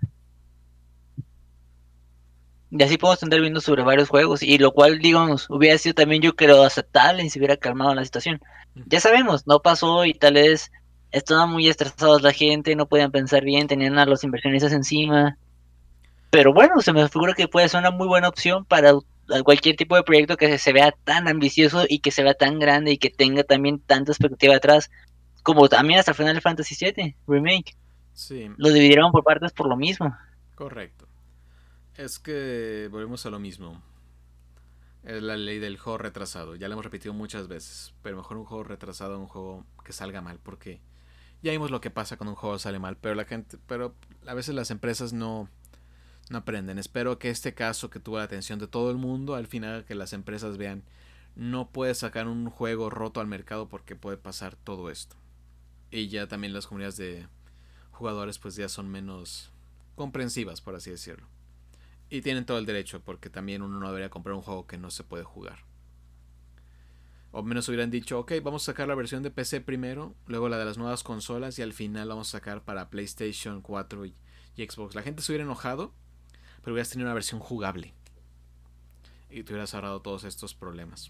Y así podemos estar viendo sobre varios juegos, y lo cual, digamos, hubiera sido también yo creo aceptable si se hubiera calmado la situación. Ya sabemos, no pasó y tal vez estaban muy estresados la gente, no podían pensar bien, tenían a los inversionistas encima. Pero bueno, se me figura que puede ser una muy buena opción para u- a cualquier tipo de proyecto que se, se vea tan ambicioso y que se vea tan grande y que tenga también tanta expectativa atrás, como también hasta Final Fantasy siete Remake. Sí, Lo dividieron por partes por lo mismo. correcto. Es que volvemos a lo mismo. Es la ley del juego retrasado. Ya lo hemos repetido muchas veces. Pero mejor un juego retrasado a un juego que salga mal. Porque ya vimos lo que pasa cuando un juego sale mal. Pero la gente. Pero a veces las empresas no, no aprenden. Espero que este caso que tuvo la atención de todo el mundo. Al final que las empresas vean. No puedes sacar un juego roto al mercado porque puede pasar todo esto. Y ya también las comunidades de jugadores pues ya son menos comprensivas, por así decirlo. Y tienen todo el derecho, porque también uno no debería comprar un juego que no se puede jugar. O menos hubieran dicho, ok, vamos a sacar la versión de P C primero, luego la de las nuevas consolas y al final vamos a sacar para PlayStation cuatro y, y Xbox. La gente se hubiera enojado, pero hubieras tenido una versión jugable. Y te hubieras ahorrado todos estos problemas.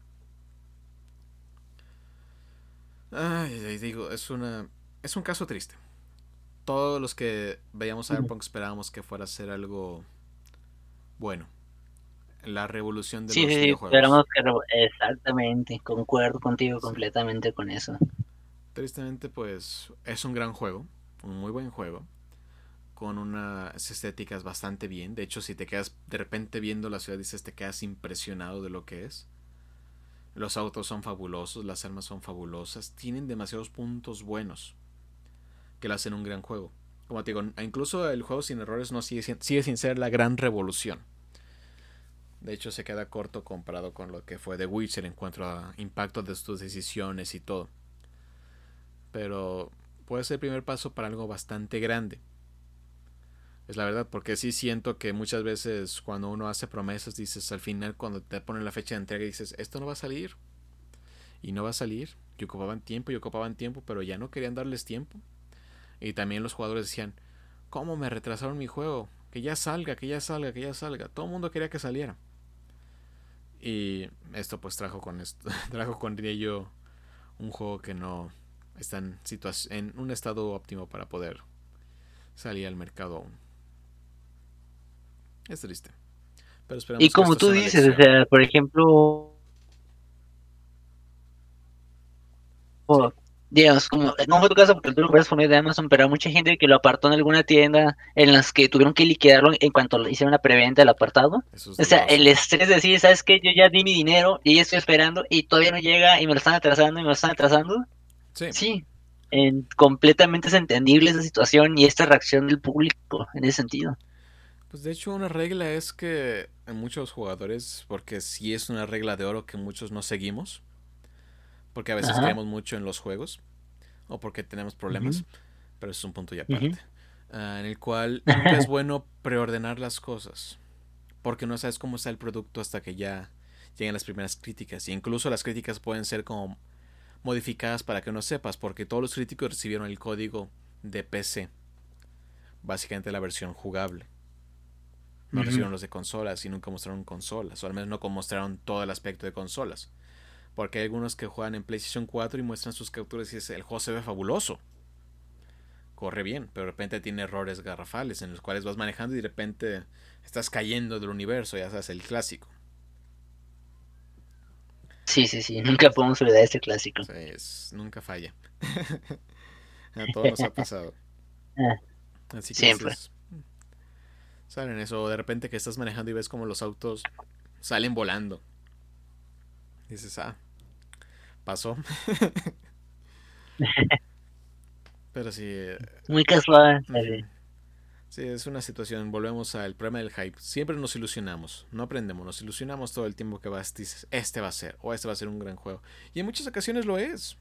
Ay, digo, es una. Es un caso triste. Todos los que veíamos Cyberpunk esperábamos que fuera a ser algo bueno. La revolución de Sí, sí, los sí, videojuegos. esperamos que... re- Exactamente, concuerdo contigo Sí. completamente con eso. Tristemente, pues es un gran juego, un muy buen juego, con unas estéticas bastante bien. De hecho, si te quedas de repente viendo la ciudad, dices, te quedas impresionado de lo que es. Los autos son fabulosos, las armas son fabulosas, tienen demasiados puntos buenos que lo hacen un gran juego. Como te digo, incluso el juego sin errores no sigue, sigue sin ser la gran revolución. De hecho, se queda corto comparado con lo que fue The Witcher en cuanto a impacto de tus decisiones y todo. Pero puede ser el primer paso para algo bastante grande. Es la verdad, porque sí siento que muchas veces cuando uno hace promesas, dices al final, cuando te ponen la fecha de entrega, dices, esto no va a salir. Y no va a salir. Y ocupaban tiempo y ocupaban tiempo, pero ya no querían darles tiempo. Y también los jugadores decían, ¿cómo me retrasaron mi juego? Que ya salga, que ya salga, que ya salga. Todo el mundo quería que saliera. Y esto pues trajo con esto, trajo con ello un juego que no está en, en un estado óptimo para poder salir al mercado aún. Es triste. Pero Y esperemos que como esto tú sea una dices, o lección. sea, por ejemplo, Sí, digamos, como no fue tu caso porque tú lo puedes poner de Amazon, pero hay mucha gente que lo apartó en alguna tienda en las que tuvieron que liquidarlo en cuanto le hicieron la preventa del apartado. eso es O sea, doloroso. el estrés de decir, ¿sabes qué? Yo ya di mi dinero y ya estoy esperando y todavía no llega y me lo están atrasando y me lo están atrasando. Sí, Sí, en- completamente es entendible esa situación y esta reacción del público en ese sentido. pues de hecho una regla es que en muchos jugadores, porque sí es una regla de oro que muchos no seguimos, porque a veces Ajá. creemos mucho en los juegos o porque tenemos Ujú, problemas, pero eso es un punto y ujú. aparte, uh, en el cual nunca es bueno preordenar las cosas, porque no sabes cómo está el producto hasta que ya lleguen las primeras críticas, y incluso las críticas pueden ser como modificadas para que no sepas, porque todos los críticos recibieron el código de P C, básicamente la versión jugable. No Ujú. recibieron los de consolas y nunca mostraron consolas, o al menos no mostraron todo el aspecto de consolas. Porque hay algunos que juegan en PlayStation cuatro y muestran sus capturas y dicen, el juego se ve fabuloso, corre bien, pero de repente tiene errores garrafales en los cuales vas manejando y de repente estás cayendo del universo, ya sabes, el clásico. Sí, sí, sí, nunca podemos olvidar este clásico. O sea, es, nunca falla. A todos nos ha pasado. Ah, Así que siempre. dices, salen eso, o de repente que estás manejando y ves como los autos salen volando. Dices, ah, pasó. Pero sí, Muy casual. uh-huh. Sí, es una situación, volvemos al problema del hype. Siempre nos ilusionamos, no aprendemos, nos ilusionamos todo el tiempo que vas, dices, este va a ser, o este va a ser un gran juego. Y en muchas ocasiones lo es.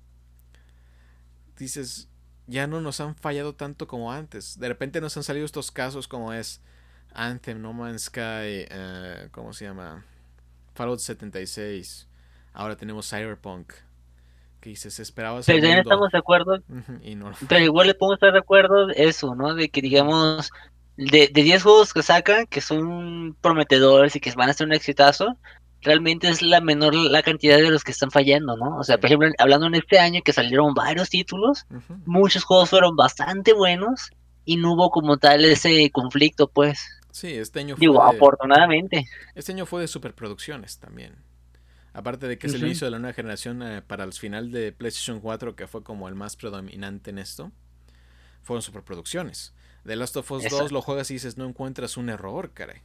Dices, ya no nos han fallado tanto como antes. De repente nos han salido estos casos como es Anthem, No Man's Sky, uh, ¿cómo se llama? Fallout setenta y seis. Ahora tenemos Cyberpunk. Que dices, esperabas el Pero también mundo. estamos de acuerdo, Y no. pero igual le podemos estar de acuerdo eso, ¿no? De que digamos, de, de diez juegos que sacan, que son prometedores y que van a ser un exitazo, realmente es la menor la cantidad de los que están fallando, ¿no? O sea, Sí. por ejemplo, hablando en este año que salieron varios títulos, Uh-huh. muchos juegos fueron bastante buenos y no hubo como tal ese conflicto, pues. Sí, este año fue Digo, de. afortunadamente. Este año fue de superproducciones también. Aparte de que es el Ujú. inicio de la nueva generación eh, para el final de PlayStation cuatro, que fue como el más predominante en esto, fueron superproducciones. The Last of Us dos Exacto. lo juegas y dices, no encuentras un error, caray.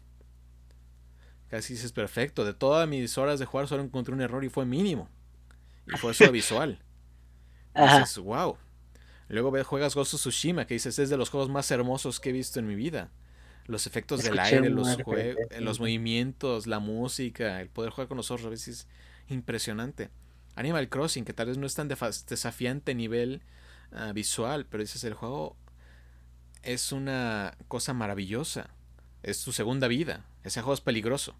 Casi dices, perfecto. De todas mis horas de jugar solo encontré un error y fue mínimo. Y fue eso visual. Y Ajá. dices, wow. Luego ves, juegas Ghost of Tsushima, que dices, es de los juegos más hermosos que he visto en mi vida. Los efectos del Escuché aire, una los, jue referencia. los movimientos, la música, el poder jugar con los ojos a veces es impresionante. Animal Crossing, que tal vez no es tan desafiante a nivel uh, visual, pero dices, el juego es una cosa maravillosa. Es su segunda vida. Ese juego es peligroso,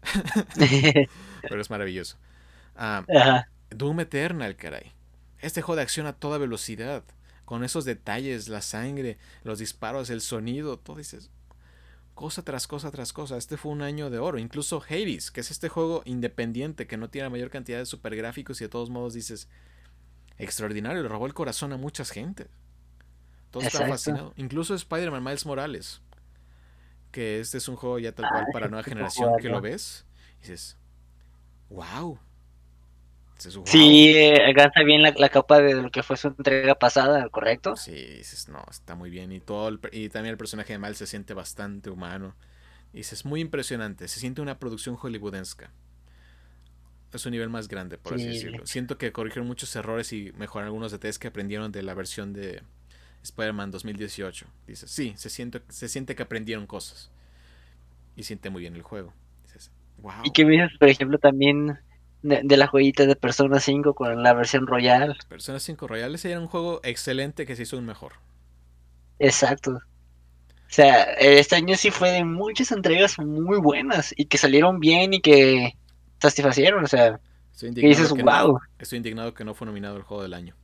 pero es maravilloso. Uh, Ajá. Doom Eternal, caray. Este juego de acción a toda velocidad, con esos detalles, la sangre, los disparos, el sonido, todo dices, cosa tras cosa tras cosa. Este fue un año de oro. Incluso Hades, que es este juego independiente que no tiene la mayor cantidad de super gráficos y de todos modos dices, extraordinario, le robó el corazón a mucha gente. Todos están Exacto. fascinados. Incluso Spider-Man Miles Morales, que este es un juego ya tal cual Ah, para sí, nueva quiero generación que lo jugarlo. ves y dices, wow. Dices, wow. Sí, eh, alcanza bien la, la capa de lo que fue su entrega pasada, ¿correcto? Sí, dices, no, está muy bien. Y, todo el, y también el personaje de Miles se siente bastante humano. Y dices, muy impresionante. Se siente una producción hollywoodesca. Es un nivel más grande, por así Sí, decirlo. Siento que corrigieron muchos errores y mejoraron algunos detalles que aprendieron de la versión de Spider-Man dos mil dieciocho. Dices, sí, se siente, se siente que aprendieron cosas. Y siente muy bien el juego. Dices, y wow. que me dices, por ejemplo, también de, de la joyita de Persona cinco con la versión Royal. Persona cinco Royales era un juego excelente que se hizo un mejor. Exacto. O sea, este año sí fue de muchas entregas muy buenas y que salieron bien y que satisfacieron. O sea, Estoy que dices, indignado que no, wow. estoy indignado que no fue nominado al juego del año.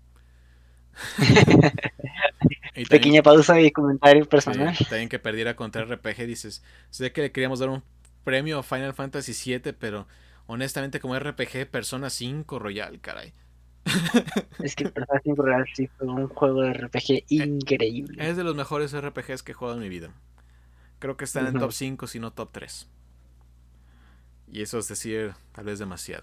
Y también, Pequeña pausa y comentario personal. sí, también que perdiera contra R P G, dices, sé que le queríamos dar un premio a Final Fantasy siete, pero honestamente como R P G Persona cinco Royal, caray. Es que Persona cinco Royal sí fue un juego de R P G Eh, increíble. Es de los mejores R P Gs que he jugado en mi vida. Creo que está en el top Ujú. cinco, si no top tres. Y eso es decir, tal vez demasiado.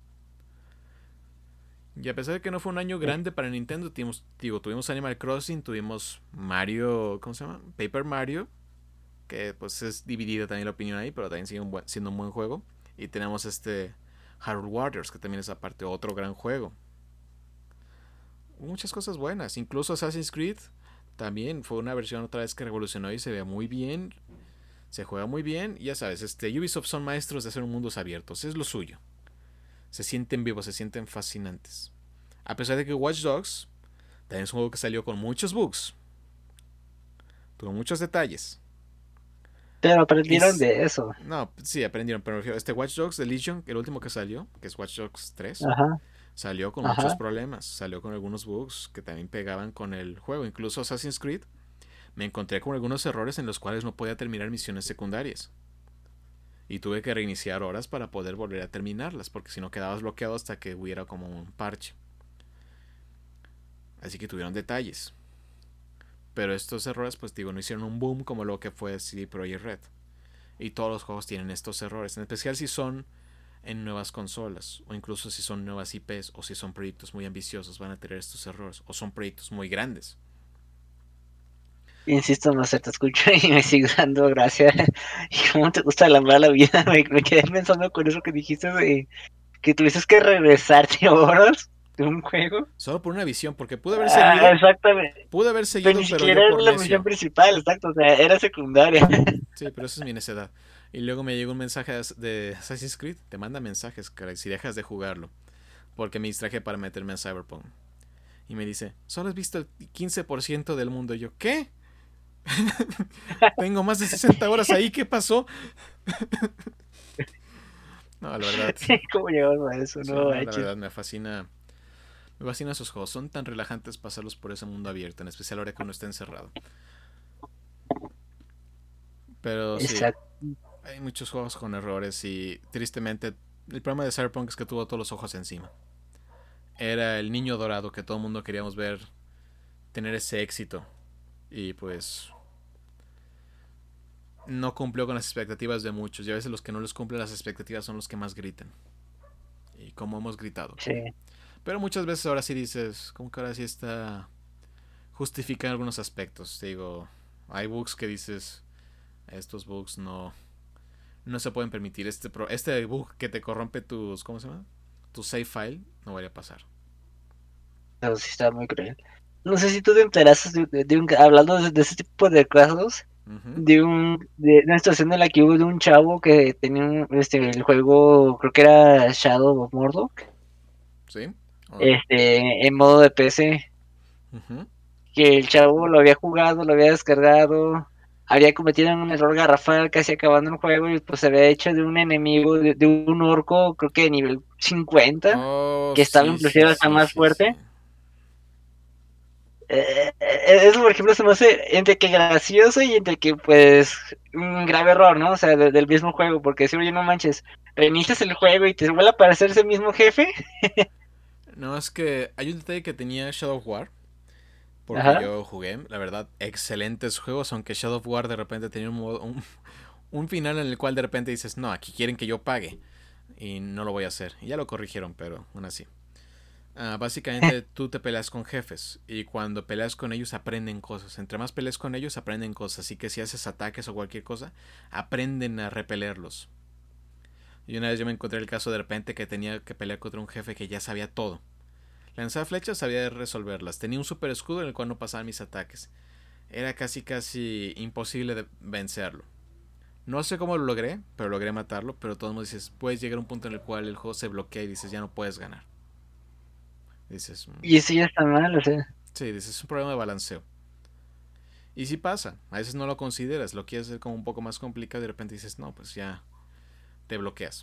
Y a pesar de que no fue un año grande para Nintendo, tuvimos, digo, tuvimos Animal Crossing, tuvimos Mario, ¿cómo se llama? Paper Mario, que pues es dividida también la opinión ahí, pero también sigue un buen, siendo un buen juego. Y tenemos este Hyrule Warriors, que también es aparte otro gran juego. Muchas cosas buenas, incluso Assassin's Creed también fue una versión otra vez que revolucionó y se ve muy bien, se juega muy bien. Y ya sabes, este, Ubisoft son maestros de hacer mundos abiertos, es lo suyo. Se sienten vivos, se sienten fascinantes. A pesar de que Watch Dogs también es un juego que salió con muchos bugs, tuvo muchos detalles. Pero Y aprendieron de eso. no, sí, aprendieron, pero este Watch Dogs de Legion, el último que salió, que es Watch Dogs tres, Ajá, salió con muchos ajá. problemas, salió con algunos bugs que también pegaban con el juego. Incluso Assassin's Creed me encontré con algunos errores en los cuales no podía terminar misiones secundarias. Y tuve que reiniciar horas para poder volver a terminarlas, porque si no quedabas bloqueado hasta que hubiera como un parche. Así que tuvieron detalles. Pero estos errores, pues digo, no hicieron un boom como lo que fue C D Projekt Red. Y todos los juegos tienen estos errores, en especial si son en nuevas consolas, o incluso si son nuevas I Ps, o si son proyectos muy ambiciosos, van a tener estos errores, o son proyectos muy grandes. Insisto, no sé, te escucho y me sigue dando gracia. Y cómo te gusta la mala vida. Me, me quedé pensando con eso que dijiste de que tuvieses que regresarte horas. de un juego. Solo por una visión, porque pude haber seguido. Ah, exactamente. Pude haber Pero seguido, ni pero siquiera yo era por la necio. misión principal, exacto, o sea, era secundaria. Sí, pero eso es mi necedad. Y luego me llegó un mensaje de Assassin's Creed. Te manda mensajes, caray, si dejas de jugarlo. Porque me distraje para meterme en Cyberpunk. Y me dice, solo has visto el quince por ciento del mundo. Y yo, ¿qué? Tengo más de sesenta horas ahí, ¿qué pasó? No, la verdad. ¿Cómo llegamos a eso? Sí, No, no, la manches. verdad me fascina. Me fascinan esos juegos. Son tan relajantes pasarlos por ese mundo abierto, en especial ahora que uno está encerrado. Pero sí, Exacto. hay muchos juegos con errores y tristemente el problema de Cyberpunk es que tuvo todos los ojos encima. Era el niño dorado que todo el mundo queríamos ver tener ese éxito. Y pues no cumplió con las expectativas de muchos. Y a veces los que no les cumplen las expectativas son los que más gritan. Y como hemos gritado. Sí. Pero muchas veces ahora sí dices, como que ahora sí está justifica en algunos aspectos. Te digo, hay bugs que dices, estos bugs no no se pueden permitir. Este pro, este bug que te corrompe tus, ¿cómo se llama? Tu save file no vaya a pasar. Pero sí está muy cruel. No sé si tú te enteraste de, de- de un, hablando de, de ese tipo de casos, Uh-huh. de un de una situación en la que hubo de un chavo que tenía un, este el juego, creo que era Shadow of Mordor, ¿Sí? ¿O no? este en modo de P C, Uh-huh. que el chavo lo había jugado, lo había descargado, había cometido un error garrafal casi acabando el juego y pues se había hecho de un enemigo, de, de un orco, creo que de nivel cincuenta, Oh, que estaba sí, sí, inclusive hasta sí, más sí, sí. fuerte. Eh, eh, eso, por ejemplo, se me hace entre que gracioso y entre que, pues, un grave error, ¿no? O sea, de- del mismo juego, porque si, oye, no manches, reinicias el juego y te vuelve a aparecer ese mismo jefe. No, es que hay un detalle que tenía Shadow of War. Porque Ajá. yo jugué, la verdad, excelentes juegos. Aunque Shadow of War de repente tenía un, modo, un, un final en el cual de repente dices, no, aquí quieren que yo pague. Y no lo voy a hacer. Y ya lo corrigieron, pero aún así. Uh, básicamente tú te peleas con jefes y cuando peleas con ellos aprenden cosas. Entre más peleas con ellos aprenden cosas. Así que si haces ataques o cualquier cosa, aprenden a repelerlos. Y una vez yo me encontré el caso de repente que tenía que pelear contra un jefe que ya sabía todo. Lanzaba flechas, sabía resolverlas. Tenía un super escudo en el cual no pasaban mis ataques. Era casi casi imposible de vencerlo. No sé cómo lo logré, pero logré matarlo. Pero todos me dices, puedes llegar a un punto en el cual el juego se bloquea y dices, ya no puedes ganar. Dices, mm, Y eso ya está mal, o sea. sí, dices, es un problema de balanceo. Y si pasa, a veces no lo consideras, lo quieres hacer como un poco más complicado y de repente dices, no, pues ya te bloqueas.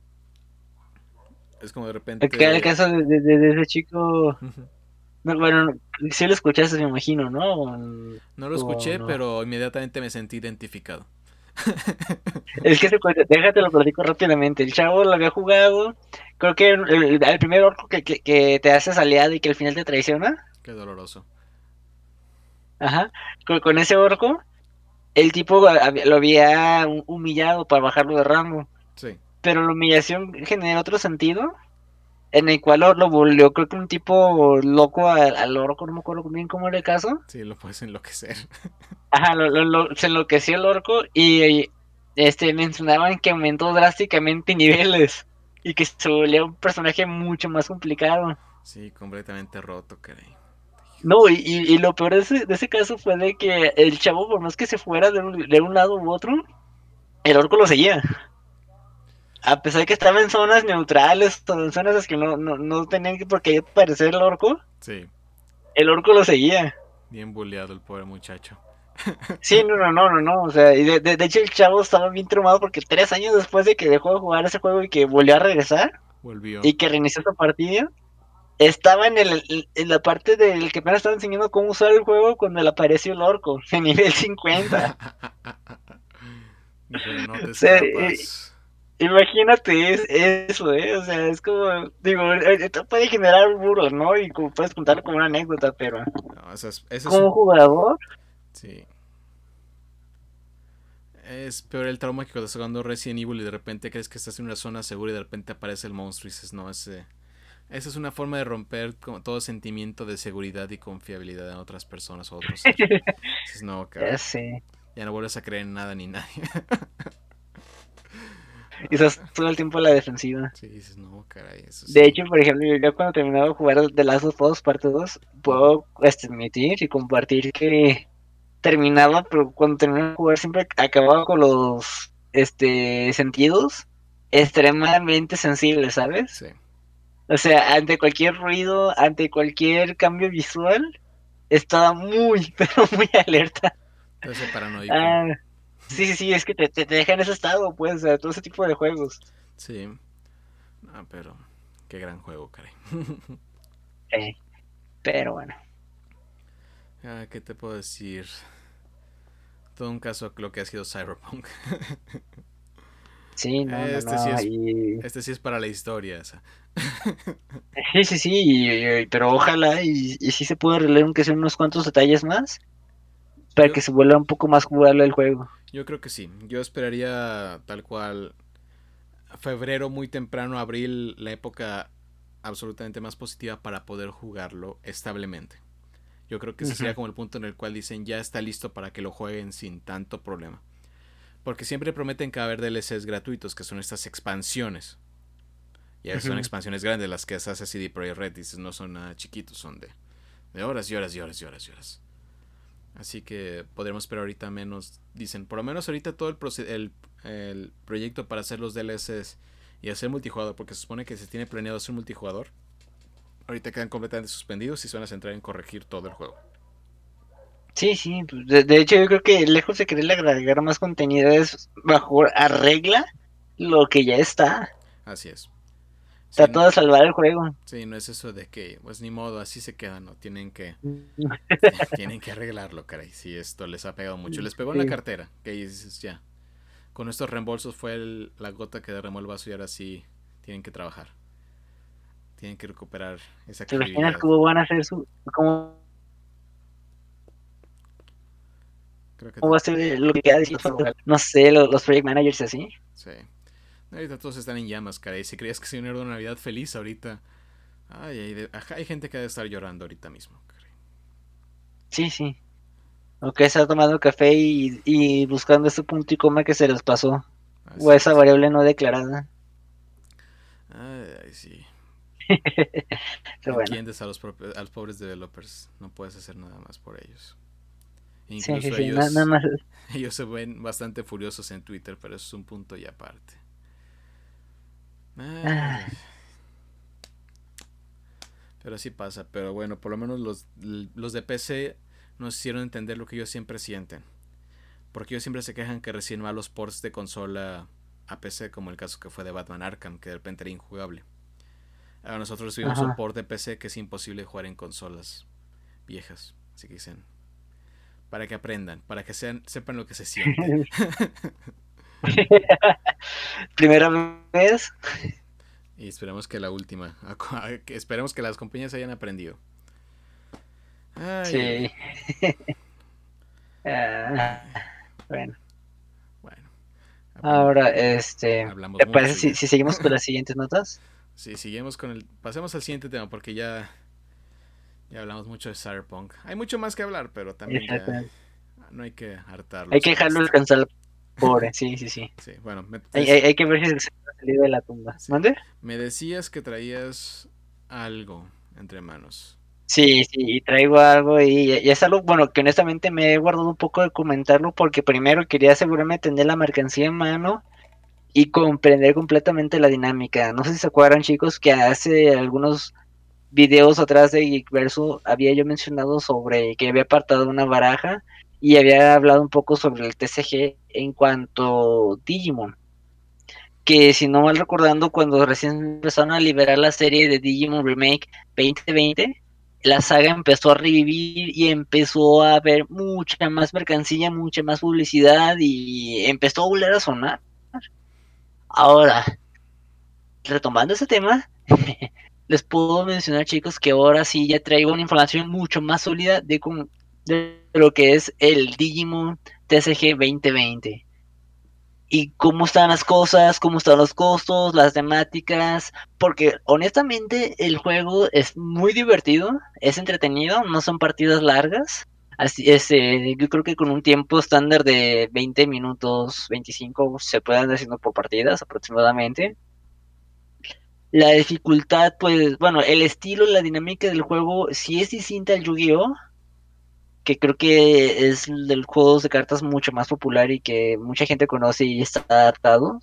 Es como de Acá el repente... caso de, de- de- de ese chico, no, bueno, si lo escuchaste, me imagino, ¿no? O, No lo o escuché, no. pero inmediatamente me sentí identificado. Es que se cuenta, déjate lo platico rápidamente. El chavo lo había jugado, creo que el, el- el primer orco que, que, que te haces aliado y que al final te traiciona. Qué doloroso. Ajá. Con, con ese orco, el tipo a- lo había humillado para bajarlo de rango. Sí, Pero la humillación genera otro sentido, en el cual lo, lo volvió, creo que un tipo loco al, al orco, no me acuerdo bien cómo era el caso. sí, lo puedes enloquecer. Ajá, lo, lo- lo- se enloqueció el orco y este mencionaban que aumentó drásticamente niveles y que se volvió un personaje mucho más complicado. Sí, completamente roto, caray. No, y, y- y lo peor de ese, de ese caso fue de que el chavo, por más que se fuera de un, de un lado u otro, el orco lo seguía. A pesar de que estaba en zonas neutrales o en zonas en las que no, no, no tenían que por qué aparecer el orco, Sí, el orco lo seguía. bien bulleado el pobre muchacho. Sí, no, no, no, no, no. O sea, y de, de, de hecho el chavo estaba bien traumado porque tres años después de que dejó de jugar ese juego y que volvió a regresar Volvió. y que reinició esa partida, estaba en, el, en la parte del que apenas estaba enseñando cómo usar el juego cuando le apareció el orco, en nivel cincuenta. Dijeron, no te O sea, eh, escapas. imagínate es, eso, ¿eh? O sea, es como, digo, esto puede generar burlas, ¿no? Y como puedes contarlo como una anécdota, pero No, ese es, ese es un... como jugador, Sí. Es peor el trauma que cuando estás jugando Resident Evil y de repente crees que estás en una zona segura y de repente aparece el monstruo y dices, no, ese... Esa es una forma de romper como todo sentimiento de seguridad y confiabilidad en otras personas o otros seres. Dices, no, ya caray. sé. Ya no vuelves a creer en nada ni nadie. y estás todo el tiempo a la defensiva. Sí, dices, no, caray, eso De sí. hecho, por ejemplo, yo cuando terminaba de jugar The Last of Us parte dos, Ujú. puedo este, admitir y compartir que terminaba, pero cuando terminaba de jugar siempre acababa con los este sentidos extremadamente sensibles, ¿sabes? Sí, O sea, ante cualquier ruido, ante cualquier cambio visual, estaba muy, pero muy alerta. te hace paranoico. Ah, sí, sí, sí, es que te, te, te deja en ese estado, pues, o sea, todo ese tipo de juegos. Sí, ah, pero qué gran juego, caray. Eh, pero bueno, Ah, ¿qué te puedo decir? Todo un caso lo que ha sido Cyberpunk. sí, no, no, Este sí no, es, y este sí es para la historia, esa. sí, sí, sí, y- y- pero ojalá y, y sí se pueda arreglar aunque sean unos cuantos detalles más para Yo, que se vuelva un poco más jugable el juego. yo creo que sí. Yo esperaría tal cual febrero muy temprano, abril, la época absolutamente más positiva para poder jugarlo establemente. Yo creo que ese sería Ujú, como el punto en el cual dicen ya está listo para que lo jueguen sin tanto problema. Porque siempre prometen que va a haber D L Cs gratuitos, que son estas expansiones. Ya son ujú. expansiones grandes las que hace C D Projekt Red, dices, no son nada chiquitos, son de, de horas y horas y horas y horas y horas. Así que podremos esperar ahorita menos, dicen, por lo menos ahorita todo el, el, el proyecto para hacer los D L Cs y hacer multijugador, porque se supone que se tiene planeado hacer multijugador, ahorita quedan completamente suspendidos y se van a centrar en corregir todo el juego. Sí, sí, pues, de, de hecho yo creo que lejos de quererle agregar más contenido es mejor arregla lo que ya está. Así es. Sí, Trató de salvar el juego. sí, no es eso de que, pues ni modo, así se quedan, no, tienen que, Mm, tienen que arreglarlo, caray. Si esto les ha pegado mucho, les pegó en la sí. cartera, que ahí dices ya. Con estos reembolsos fue el, la gota que derramó el vaso y ahora sí tienen que trabajar. Tienen que recuperar esa ¿Te imaginas credibilidad. cómo van a hacer su, cómo Creo que cómo te, va a ser lo que queda de no sé, los, los project managers así? sí. Ahorita todos están en llamas, caray. Si creías que se iba a una Navidad feliz ahorita. Ay, hay, de, hay gente que debe estar llorando ahorita mismo, caray. Sí, sí. O que está tomando café y, y buscando ese punto y coma que se les pasó. O Así esa es. variable no declarada. Ay, ay, sí. Pero bueno. Entiendes a los, a los pobres developers. No puedes hacer nada más por ellos. Sí, sí, Incluso sí. Na- nada ellos, más. ellos se ven bastante furiosos en Twitter, pero eso es un punto y aparte. Ah, Ay, pero así pasa. Pero bueno, por lo menos los, los de P C nos hicieron entender lo que ellos siempre sienten. Porque ellos siempre se quejan que recién va los ports de consola a P C, como el caso que fue de Batman Arkham, que de repente era injugable. Ahora nosotros recibimos un ajá. port de P C que es imposible jugar en consolas viejas. Así que dicen, para que aprendan, para que sean, sepan lo que se siente. Primera vez. Y esperemos que la última. Esperemos que las compañías hayan aprendido. Ay, ay, ay. Sí. Ah, Ay, bueno. bueno, Ahora, este, hablamos ¿te parece mucho si, ya. si seguimos con las siguientes notas? Sí, seguimos con el. Pasemos al siguiente tema porque ya, ya hablamos mucho de Cyberpunk. Hay mucho más que hablar, pero también ya Exactamente. no hay que Hay hartarlos que con dejarlo esto. descansar al pobre, sí, sí, sí. Sí, bueno, me, Hay, hay, hay que ver si se va a salir de la tumba. sí. ¿Mande? Me decías que traías algo entre manos. Sí, sí, y traigo algo y, y es algo, bueno, que honestamente me he guardado un poco de comentarlo porque primero quería asegurarme de tener la mercancía en mano y comprender completamente la dinámica. No sé si se acuerdan, chicos, que hace algunos videos atrás de Geekverso había yo mencionado sobre que había apartado una baraja y había hablado un poco sobre el T C G en cuanto Digimon. Que si no mal recordando, cuando recién empezaron a liberar la serie de Digimon Remake veinte veinte, la saga empezó a revivir y empezó a haber mucha más mercancía, mucha más publicidad y empezó a volver a sonar. Ahora, retomando ese tema, les puedo mencionar, chicos, que ahora sí ya traigo una información mucho más sólida de, cómo- de lo que es el Digimon T C G veinte veinte. Y cómo están las cosas, cómo están los costos, las temáticas, porque honestamente el juego es muy divertido, es entretenido, no son partidas largas, Así es, eh, yo creo que con un tiempo estándar de veinte minutos, veinticinco se pueden andar haciendo por partidas aproximadamente. La dificultad, pues, bueno, el estilo, la dinámica del juego sí es distinta al Yu-Gi-Oh, que creo que es del juego de cartas mucho más popular y que mucha gente conoce y está adaptado.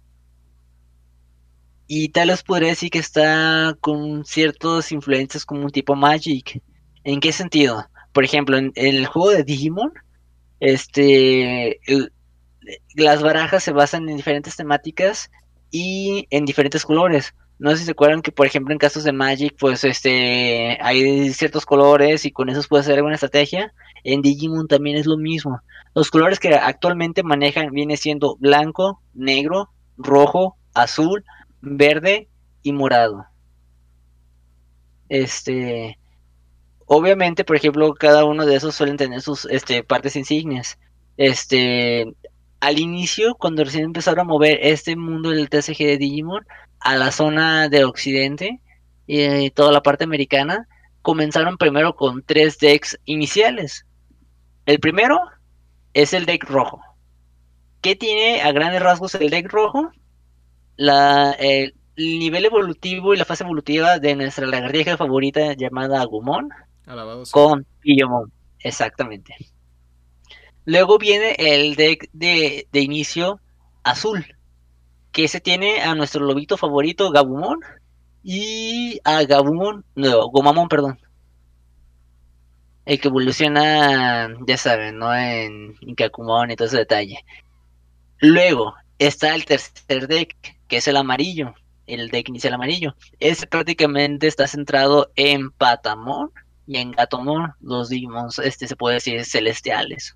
Y tal vez podría decir que está con ciertas influencias como un tipo Magic. ¿En qué sentido? Por ejemplo, en, en el juego de Digimon, este, el- las barajas se basan en diferentes temáticas y en diferentes colores. No sé si se acuerdan que, por ejemplo, en casos de Magic, pues este, hay ciertos colores y con esos puedes hacer alguna estrategia. En Digimon también es lo mismo. Los colores que actualmente manejan viene siendo blanco, negro, rojo, azul, verde y morado. Este, obviamente, por ejemplo, cada uno de esos suelen tener sus este, partes insignias. Este, al inicio, cuando recién empezaron a mover este mundo del T C G de Digimon a la zona de Occidente y toda la parte americana, comenzaron primero con tres decks iniciales. El primero es el deck rojo. ¿Qué tiene a grandes rasgos el deck rojo? La, el nivel evolutivo y la fase evolutiva de nuestra lagartija favorita llamada Agumon Alabado sea. con Piyomon. Exactamente. Luego viene el deck de, de inicio azul, que se tiene a nuestro lobito favorito Gabumon y a Gabumon, no, Gomamon, perdón, el que evoluciona, ya saben, ¿no? En Inkakumon y todo ese detalle. Luego está el tercer deck, que es el amarillo, el deck inicial amarillo. Este prácticamente está centrado en Patamon y en Gatomon, los Digimons, este se puede decir celestiales.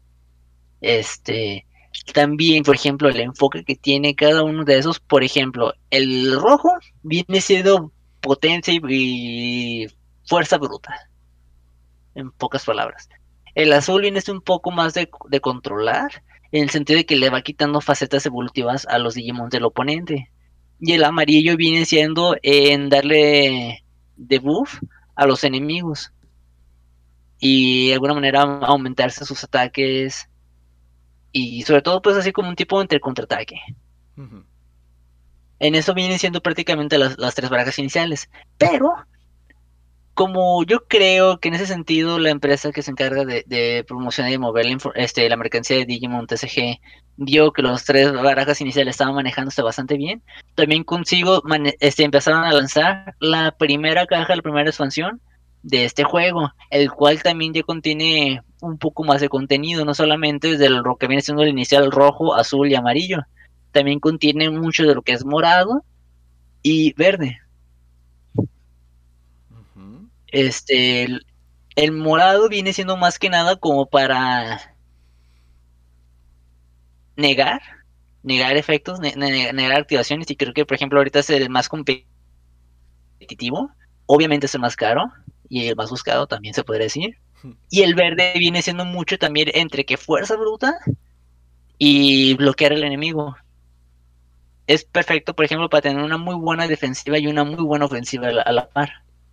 Este, también, por ejemplo, el enfoque que tiene cada uno de esos, por ejemplo, el rojo viene siendo potencia y fuerza bruta, en pocas palabras. El azul viene siendo un poco más de, de controlar, en el sentido de que le va quitando facetas evolutivas a los Digimon del oponente. Y el amarillo viene siendo en darle debuff a los enemigos y de alguna manera aumentarse sus ataques y sobre todo pues así como un tipo entre contraataque. Ujú. En eso vienen siendo prácticamente las, las tres barajas iniciales. Pero como yo creo que en ese sentido la empresa que se encarga de, de promocionar y mover la, infor- este, la mercancía de Digimon T C G vio que los tres barajas iniciales estaban manejándose bastante bien, también consigo mane- este, empezaron a lanzar la primera caja, la primera expansión de este juego, el cual también ya contiene un poco más de contenido, no solamente de lo que viene siendo el inicial rojo, azul y amarillo, también contiene mucho de lo que es morado y verde. Ujú. Este, el, el morado viene siendo más que nada como para negar, negar efectos, ne- ne- negar activaciones, y creo que, por ejemplo, ahorita es el más competitivo, obviamente es el más caro, y el más buscado también se podría decir. Y el verde viene siendo mucho también entre que fuerza bruta y bloquear al enemigo. Es perfecto, por ejemplo, para tener una muy buena defensiva y una muy buena ofensiva a la, a la par.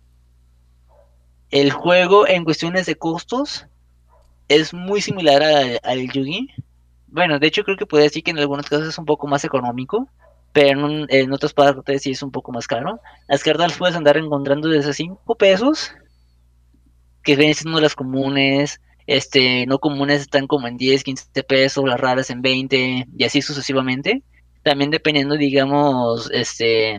El juego en cuestiones de costos es muy similar al, al Yugi. Bueno, de hecho creo que puede decir que en algunos casos es un poco más económico, pero en, un- en otras partes sí es un poco más caro. Las cartas las puedes andar encontrando desde cinco pesos, que vienen siendo las comunes, este, no comunes están como en diez, quince pesos, las raras en veinte y así sucesivamente. También dependiendo, digamos, este,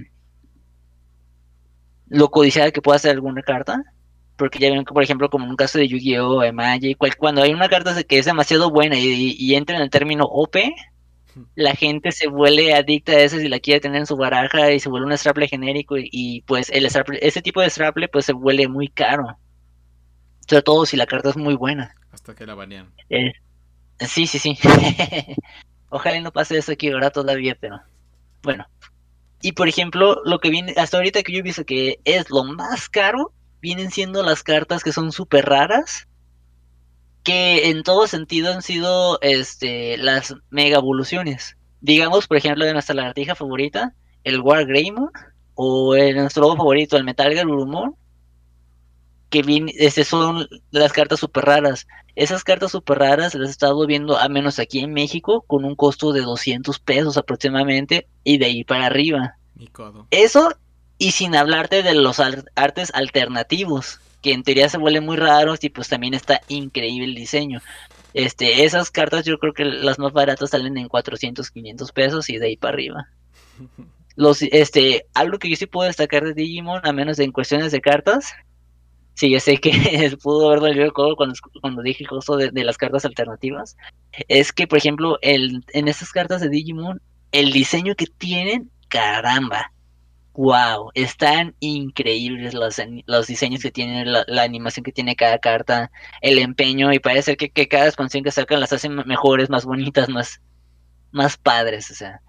lo codiciada que pueda ser alguna carta. Porque ya ven que, por ejemplo, como en un caso de Yu-Gi-Oh! De Magic, cual- cuando hay una carta que es demasiado buena y, y entra en el término O P, la gente se vuelve adicta a eso y la quiere tener en su baraja y se vuelve un Scrapple genérico y, y, pues el Scrapple- ese tipo de Scrapple pues se vuelve muy caro, sobre todo si la carta es muy buena. Hasta que la banean. Eh, sí, sí, sí. Ojalá y no pase eso aquí ahora todavía, pero bueno. Y por ejemplo, lo que viene hasta ahorita que yo he visto que es lo más caro, vienen siendo las cartas que son súper raras, que en todo sentido han sido este, las mega evoluciones. Digamos, por ejemplo, de nuestra lagartija favorita, el Wargreymon, o el, nuestro lobo favorito, el Metal Garurumon, que viene, este, son las cartas super raras. Esas cartas super raras las he estado viendo, a menos aquí en México, con un costo de doscientos pesos aproximadamente, y de ahí para arriba. Mi codo. Eso, y sin hablarte de los ar- artes alternativos, que en teoría se vuelven muy raros, y pues también está increíble el diseño. Este, esas cartas yo creo que las más baratas salen en cuatrocientos, quinientos pesos y de ahí para arriba. Los, este, algo que yo sí puedo destacar de Digimon, a menos en cuestiones de cartas, sí, yo sé que pudo haber dolido el codo cuando, cuando dije el costo de, de las cartas alternativas, es que, por ejemplo, el, en estas cartas de Digimon, el diseño que tienen, caramba, wow, están increíbles los, los diseños que tienen, la, la animación que tiene cada carta, el empeño, y parece que, que cada expansión que sacan las hacen mejores, más bonitas, más, más padres, o sea.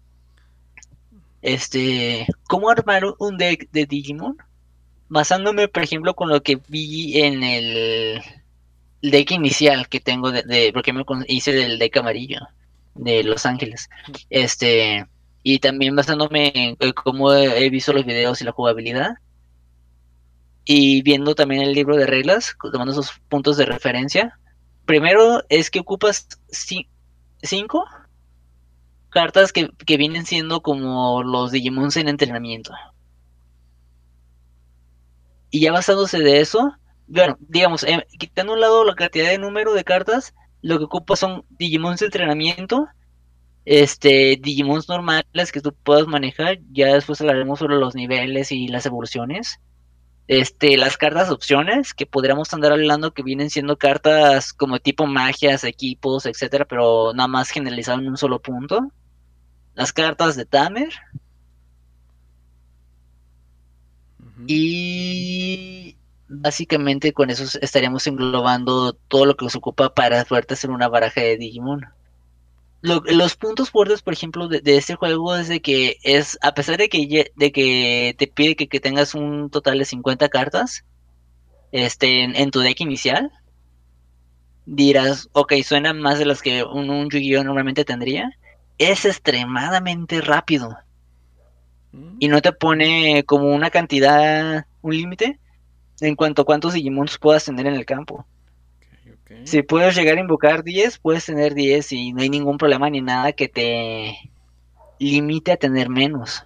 Este, ¿cómo armar un deck de Digimon? Basándome, por ejemplo, con lo que vi en el deck inicial que tengo de, de porque me con- hice del deck amarillo de Los Ángeles. Este, y también basándome en, eh, cómo he, he visto los videos y la jugabilidad. Y viendo también el libro de reglas, tomando esos puntos de referencia. Primero es que ocupas ci- cinco cartas que, que vienen siendo como los Digimons en entrenamiento. Y ya basándose de eso, bueno, digamos, eh, quitando a un lado la cantidad de número de cartas, lo que ocupa son Digimons de entrenamiento, este, Digimons normales que tú puedas manejar, ya después hablaremos sobre los niveles y las evoluciones. Este, las cartas opciones, que podríamos andar hablando que vienen siendo cartas como tipo magias, equipos, etcétera, pero nada más generalizado en un solo punto. Las cartas de Tamer Ujú. y básicamente con eso estaríamos englobando todo lo que nos ocupa para poder hacer una baraja de Digimon. Lo- los puntos fuertes, por ejemplo, de, de este juego es de que es, a pesar de que, ye- de que te pide que, que tengas un total de cincuenta cartas, este, en, en tu deck inicial, dirás, ok, suena más de las que un, un Yu-Gi-Oh normalmente tendría. Es extremadamente rápido y Mm, no te pone como una cantidad, un límite en cuanto a cuántos Digimons puedas tener en el campo. ok, ok. Si puedes llegar a invocar diez, puedes tener diez y no hay ningún problema ni nada que te limite a tener menos.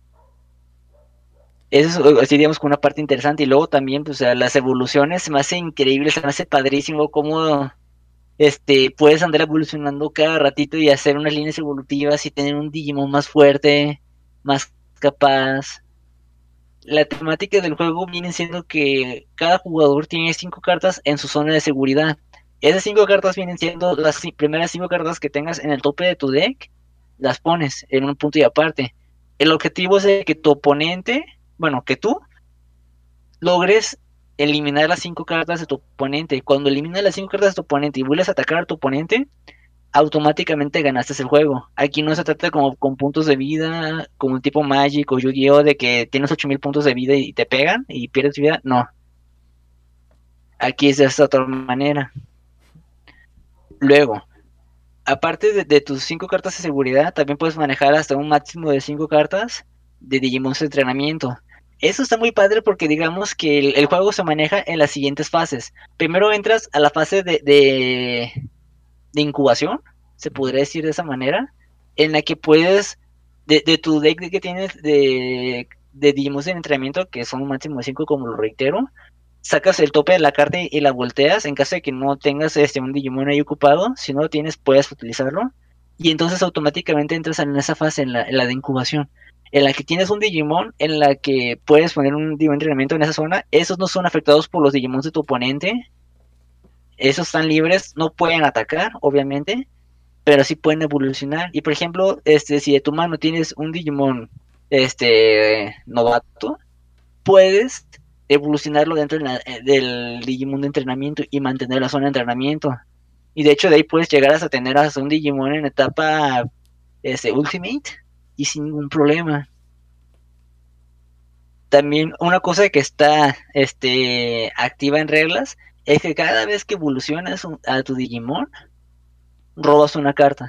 Eso es, así digamos, con una parte interesante. Y luego también, pues, o sea, las evoluciones se me hace increíble, se me hace padrísimo cómo este, puedes andar evolucionando cada ratito y hacer unas líneas evolutivas y tener un Digimon más fuerte, más capaz. La temática del juego viene siendo que cada jugador tiene cinco cartas en su zona de seguridad. Esas cinco cartas vienen siendo las ci- primeras cinco cartas que tengas en el tope de tu deck, las pones en un punto y aparte. El objetivo es de que tu oponente, bueno, que tú logres eliminar las cinco cartas de tu oponente. Cuando eliminas las cinco cartas de tu oponente y vuelves a atacar a tu oponente, automáticamente ganaste el juego. Aquí no se trata como con puntos de vida, como un tipo Magic o Yu-Gi-Oh! De que tienes ocho mil puntos de vida y te pegan y pierdes vida. No, aquí es de esta otra manera. Luego, aparte de, de tus cinco cartas de seguridad, también puedes manejar hasta un máximo de cinco cartas de Digimon de entrenamiento. Eso está muy padre porque digamos que el, el juego se maneja en las siguientes fases. Primero entras a la fase de, de, de incubación, se Ujú. podría decir de esa manera, en la que puedes, de, de tu deck que tienes de, de Digimon en entrenamiento, que son un máximo de cinco como lo reitero, sacas el tope de la carta y, y la volteas en caso de que no tengas este un Digimon ahí ocupado. Si no lo tienes, puedes utilizarlo. Y entonces automáticamente entras en esa fase, en la, en la de incubación, en la que tienes un Digimon, en la que puedes poner un Digimon de entrenamiento en esa zona. Esos no son afectados por los Digimons de tu oponente. Esos están libres, no pueden atacar, obviamente, pero sí pueden evolucionar. Y por ejemplo, este, si de tu mano tienes un Digimon este novato, puedes evolucionarlo dentro de la- eh, del Digimon de entrenamiento y mantener la zona de entrenamiento. Y de hecho de ahí puedes llegar hasta tener hasta un Digimon en etapa este, Ultimate y sin ningún problema. También una cosa que está este, activa en reglas es que cada vez que evolucionas un- a tu Digimon, robas una carta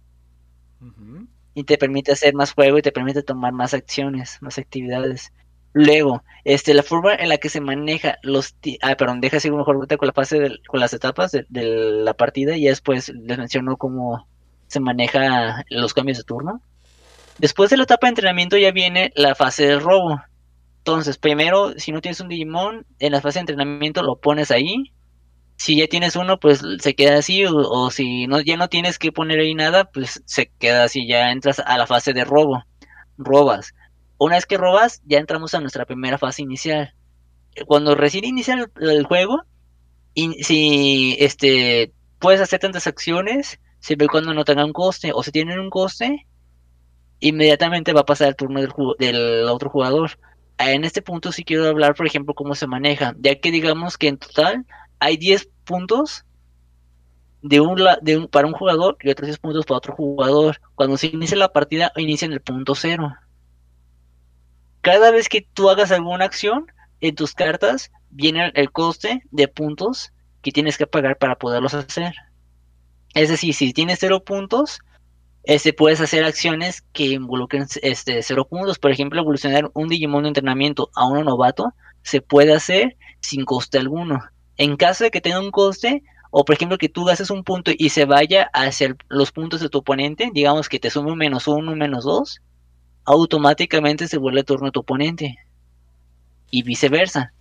Ujú. y te permite hacer más juego y te permite tomar más acciones, más actividades. Luego, este, la forma en la que se maneja los... ti- Ah, perdón, deja seguir mejor ahorita con la fase, del- con las etapas de, de la partida y ya después les menciono cómo se maneja los cambios de turno. Después de la etapa de entrenamiento ya viene la fase del robo. Entonces, primero, si no tienes un Digimon, en la fase de entrenamiento lo pones ahí. Si ya tienes uno, pues se queda así, o, o si no, ya no tienes que poner ahí nada, pues se queda así, ya entras a la fase de robo. Robas. Una vez que robas, ya entramos a nuestra primera fase inicial. Cuando recién inicia el, el juego, y si este puedes hacer tantas acciones, siempre y cuando no tengan un coste, o si tienen un coste, inmediatamente va a pasar el turno del, ju- del otro jugador. Ah, En este punto sí quiero hablar, por ejemplo, cómo se maneja, ya que digamos que en total hay diez puntos de un, la- de un, para un jugador y otros diez puntos para otro jugador. Cuando se inicia la partida, inicia en el punto cero. Cada vez que tú hagas alguna acción, en tus cartas viene el coste de puntos que tienes que pagar para poderlos hacer. Es decir, si tienes cero puntos, este, puedes hacer acciones que involucren este, cero puntos. Por ejemplo, evolucionar un Digimon de entrenamiento a uno novato se puede hacer sin coste alguno. En caso de que tenga un coste, o por ejemplo que tú gastes un punto y se vaya hacia el- los puntos de tu oponente, digamos que te sume un menos uno, un menos dos, automáticamente se vuelve el turno de tu oponente y viceversa.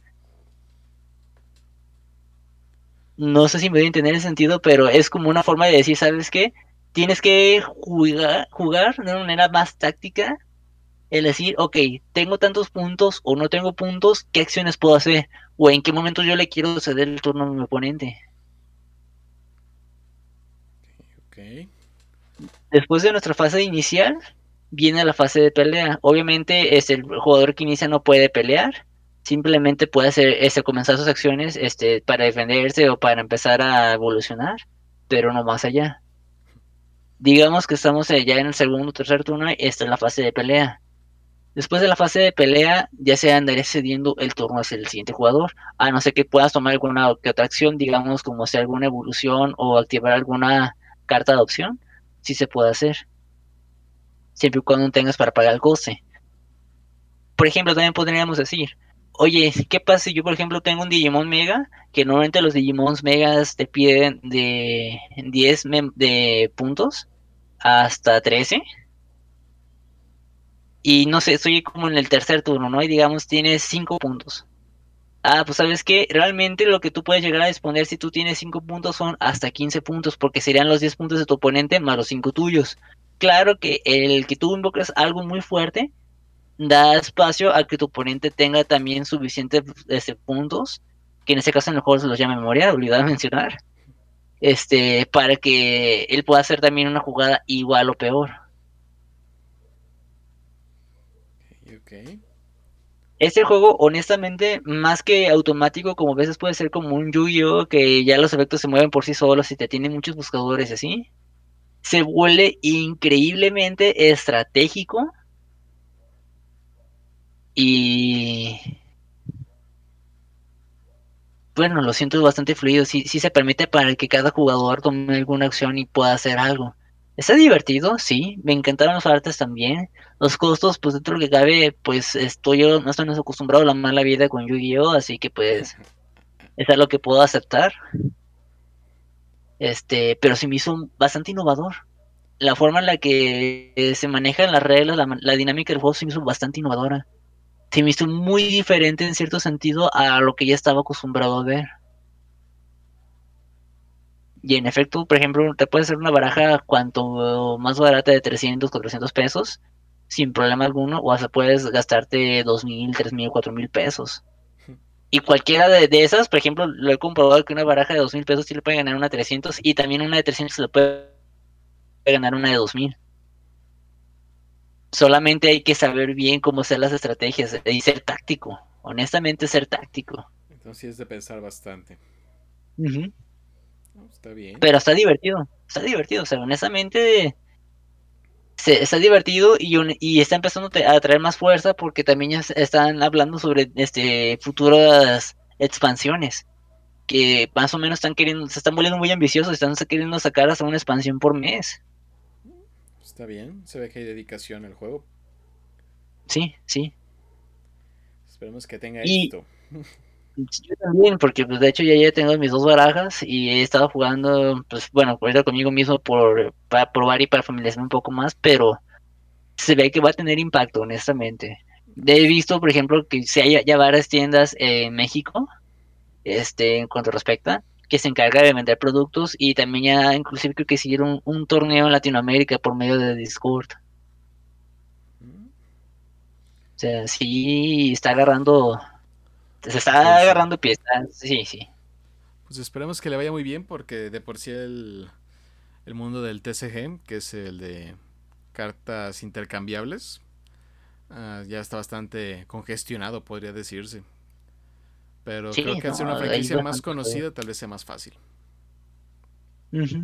No sé si me voy a entender el sentido, pero es como una forma de decir, ¿sabes qué? Tienes que jugar, jugar de una manera más táctica. Es decir, ok, tengo tantos puntos o no tengo puntos, ¿qué acciones puedo hacer? O en qué momento yo le quiero ceder el turno a mi oponente. Ok. Después de nuestra fase inicial, viene la fase de pelea. Obviamente, es el jugador que inicia no puede pelear, simplemente puede hacer, este, comenzar sus acciones, este, para defenderse o para empezar a evolucionar, pero no más allá. Digamos que estamos eh, ya en el segundo o tercer turno y esta es la fase de pelea. Después de la fase de pelea, ya se andaría cediendo el turno hacia el siguiente jugador, a no ser que puedas tomar alguna que otra acción, digamos como sea alguna evolución o activar alguna carta de opción, sí se puede hacer, siempre y cuando tengas para pagar el coste. Por ejemplo, también podríamos decir, oye, ¿qué pasa si yo, por ejemplo, tengo un Digimon Mega, que normalmente los Digimons Megas te piden de diez mem- de puntos hasta trece? Y no sé, estoy como en el tercer turno, ¿no? Y digamos, tienes cinco puntos. Ah, pues sabes que realmente lo que tú puedes llegar a disponer si tú tienes cinco puntos son hasta quince puntos, porque serían los diez puntos de tu oponente más los cinco tuyos. Claro que el que tú invocas algo muy fuerte da espacio a que tu oponente tenga también suficientes este, puntos, que en este caso en el juego se los llama memoria, olvidaba mencionar, este, para que él pueda hacer también una jugada igual o peor. Ok. Este juego, honestamente, más que automático, como a veces puede ser como un Yu-Gi-Oh! Que ya los efectos se mueven por sí solos y te tienen muchos buscadores y así, se vuelve increíblemente estratégico y, bueno, lo siento bastante fluido. Sí, sí se permite para que cada jugador tome alguna acción y pueda hacer algo. Está divertido, sí, me encantaron los artes también. Los costos, pues dentro de lo que cabe, pues estoy yo, no estoy acostumbrado a la mala vida con Yu-Gi-Oh! Así que pues es algo que puedo aceptar. Este, pero se me hizo bastante innovador. La forma en la que eh, se manejan las reglas, la, la dinámica del juego se me hizo bastante innovadora. Se me hizo muy diferente en cierto sentido a lo que ya estaba acostumbrado a ver. Y en efecto, por ejemplo, te puedes hacer una baraja cuanto más barata de trescientos cuatrocientos pesos, sin problema alguno, o hasta puedes gastarte dos mil tres mil cuatro mil pesos. Y cualquiera de, de esas, por ejemplo, lo he comprobado que una baraja de dos mil pesos sí le puede ganar una de trescientos y también una de trescientos se le puede ganar una de dos mil. Solamente hay que saber bien cómo hacer las estrategias y ser táctico. Honestamente, ser táctico. Entonces sí es de pensar bastante. Ujú. No, está bien. Pero está divertido. Está divertido. O sea, honestamente, se, está divertido y, un- y está empezando te- a traer más fuerza porque también ya se- están hablando sobre este futuras expansiones. Que más o menos están queriendo, se están volviendo muy ambiciosos, están queriendo sacar hasta una expansión por mes. Está bien. Se ve que hay dedicación al juego. Sí, sí. Esperemos que tenga Y éxito. yo también, porque pues de hecho ya, ya tengo mis dos barajas y he estado jugando, pues bueno, ahorita conmigo mismo por, para probar y para familiarizarme un poco más, pero se ve que va a tener impacto, honestamente. He visto, por ejemplo, que si hay ya varias tiendas en México, este, en cuanto respecta, que se encarga de vender productos y también ya inclusive creo que hicieron un, un torneo en Latinoamérica por medio de Discord. Mm, O sea, sí está agarrando, se está impulso. agarrando piezas, sí, sí. Pues esperemos que le vaya muy bien porque de por sí el, el mundo del T C G, que es el de cartas intercambiables, uh, ya está bastante congestionado, podría decirse. Pero creo Sí, que al ser no, una hay franquicia más bastante juego. conocida, tal vez sea más fácil. Ujú.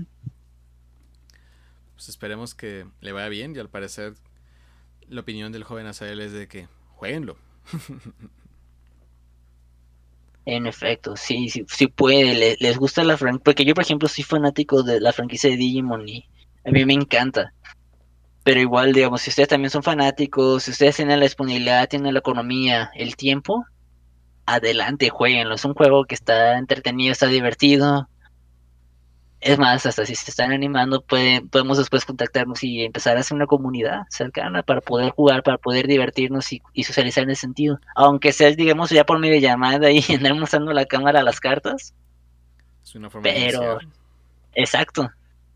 Pues esperemos que le vaya bien y al parecer la opinión del joven Azael es de que jueguenlo. En efecto, sí, sí, sí puede, le- les gusta la franquicia, porque yo, por ejemplo, soy fanático de la franquicia de Digimon y a mí me encanta. Pero igual, digamos, si ustedes también son fanáticos, si ustedes tienen la disponibilidad, tienen la economía, el tiempo, adelante, jueguenlo. Es un juego que está entretenido, está divertido. Es más, hasta si se están animando, pueden, podemos después contactarnos y empezar a hacer una comunidad cercana para poder jugar, para poder divertirnos y, y socializar en ese sentido. Aunque sea, digamos, ya por medio llamada y andar mostrando la cámara a las cartas, Es una forma de pero iniciar. exacto,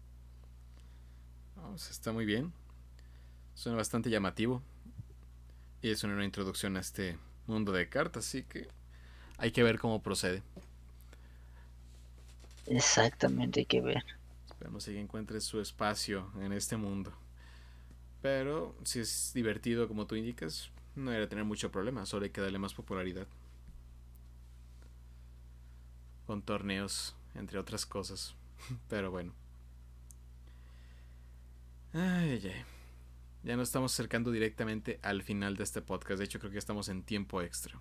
Oh, pues está muy bien. Suena bastante llamativo. Y es una introducción a este mundo de cartas, así que hay que ver cómo procede. exactamente, hay que ver. Esperemos que encuentre su espacio en este mundo. Pero si es divertido como tú indicas, no debería tener mucho problema, solo hay que darle más popularidad. Con torneos, entre otras cosas. Pero bueno. Ay, ay, ay. Ya nos estamos acercando directamente al final de este podcast. De hecho, creo que estamos en tiempo extra.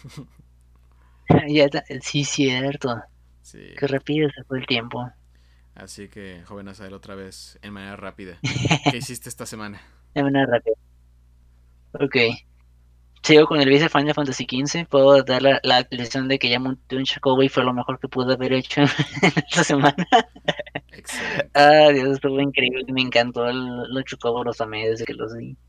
Ya está- sí, cierto. Sí. Qué rápido se fue el tiempo. Así que, joven Azael, otra vez, en manera rápida. ¿Qué hiciste esta semana? Dame una rápida. Ok. Sigo con el vice Final Fantasy quince. Puedo dar la, la actualización de que ya monté un Chocobo y fue lo mejor que pude haber hecho esta semana. Excelente. Ah, Dios, estuvo increíble. Me encantó el, los Chocobos, los amé desde que los vi.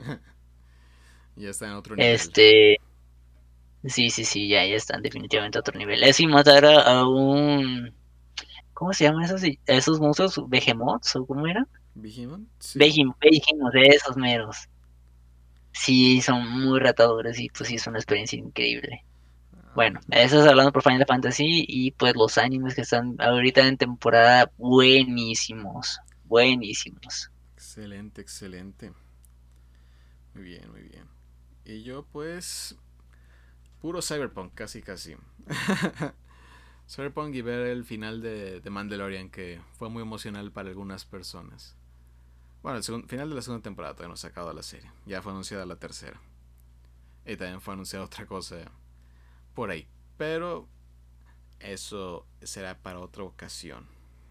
Ya está en otro nivel. Este, sí, sí, sí, ya, ya están definitivamente a otro nivel. Es sin matar a, a un. ¿Cómo se llaman esos, esos monstruos? ¿Behemoths o cómo era? ¿Vigimon? Sí. Behem, Behemoths, esos meros. Sí, son muy ratadores y pues sí, es una experiencia increíble. Ah, Bueno, eso es hablando por Final Fantasy y pues los animes que están ahorita en temporada buenísimos, buenísimos. excelente, excelente. Muy bien, muy bien. Y yo pues puro Cyberpunk, casi casi. Cyberpunk y ver el final de, de Mandalorian que fue muy emocional para algunas personas. Bueno, el segundo, final de la segunda temporada todavía no se ha acabado la serie. Ya fue anunciada la tercera. Y también fue anunciada otra cosa por ahí. Pero eso será para otra ocasión.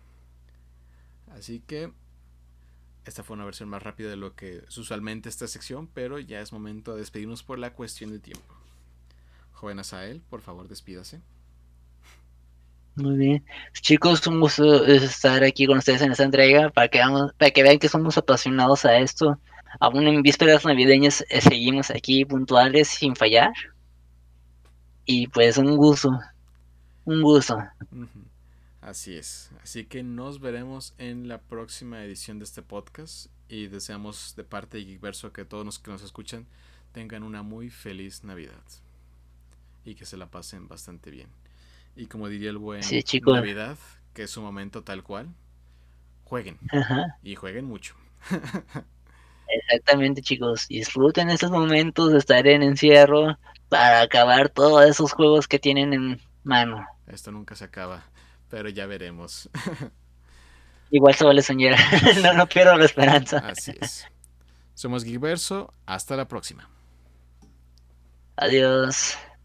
Así que esta fue una versión más rápida de lo que es usualmente esta sección, pero ya es momento de despedirnos por la cuestión de tiempo. Joven Asael, por favor, despídase. Muy bien. Chicos, un gusto estar aquí con ustedes en esta entrega para que, vamos, para que vean que somos apasionados a esto. Aún en vísperas navideñas eh, seguimos aquí puntuales sin fallar. Y pues un gusto, un gusto. Uh-huh. Así es. Así que nos veremos en la próxima edición de este podcast y deseamos de parte de Geekverso que todos los que nos escuchan tengan una muy feliz Navidad y que se la pasen bastante bien. Y como diría el buen Sí, chicos. Navidad, que es su momento tal cual, jueguen Ajá. y jueguen mucho. Exactamente, chicos. Disfruten estos momentos de estar en encierro para acabar todos esos juegos que tienen en mano. Esto nunca se acaba, pero ya veremos. Igual se vale soñar. No, no pierdo la esperanza. Así es. Somos Geekverso, hasta la próxima. Adiós.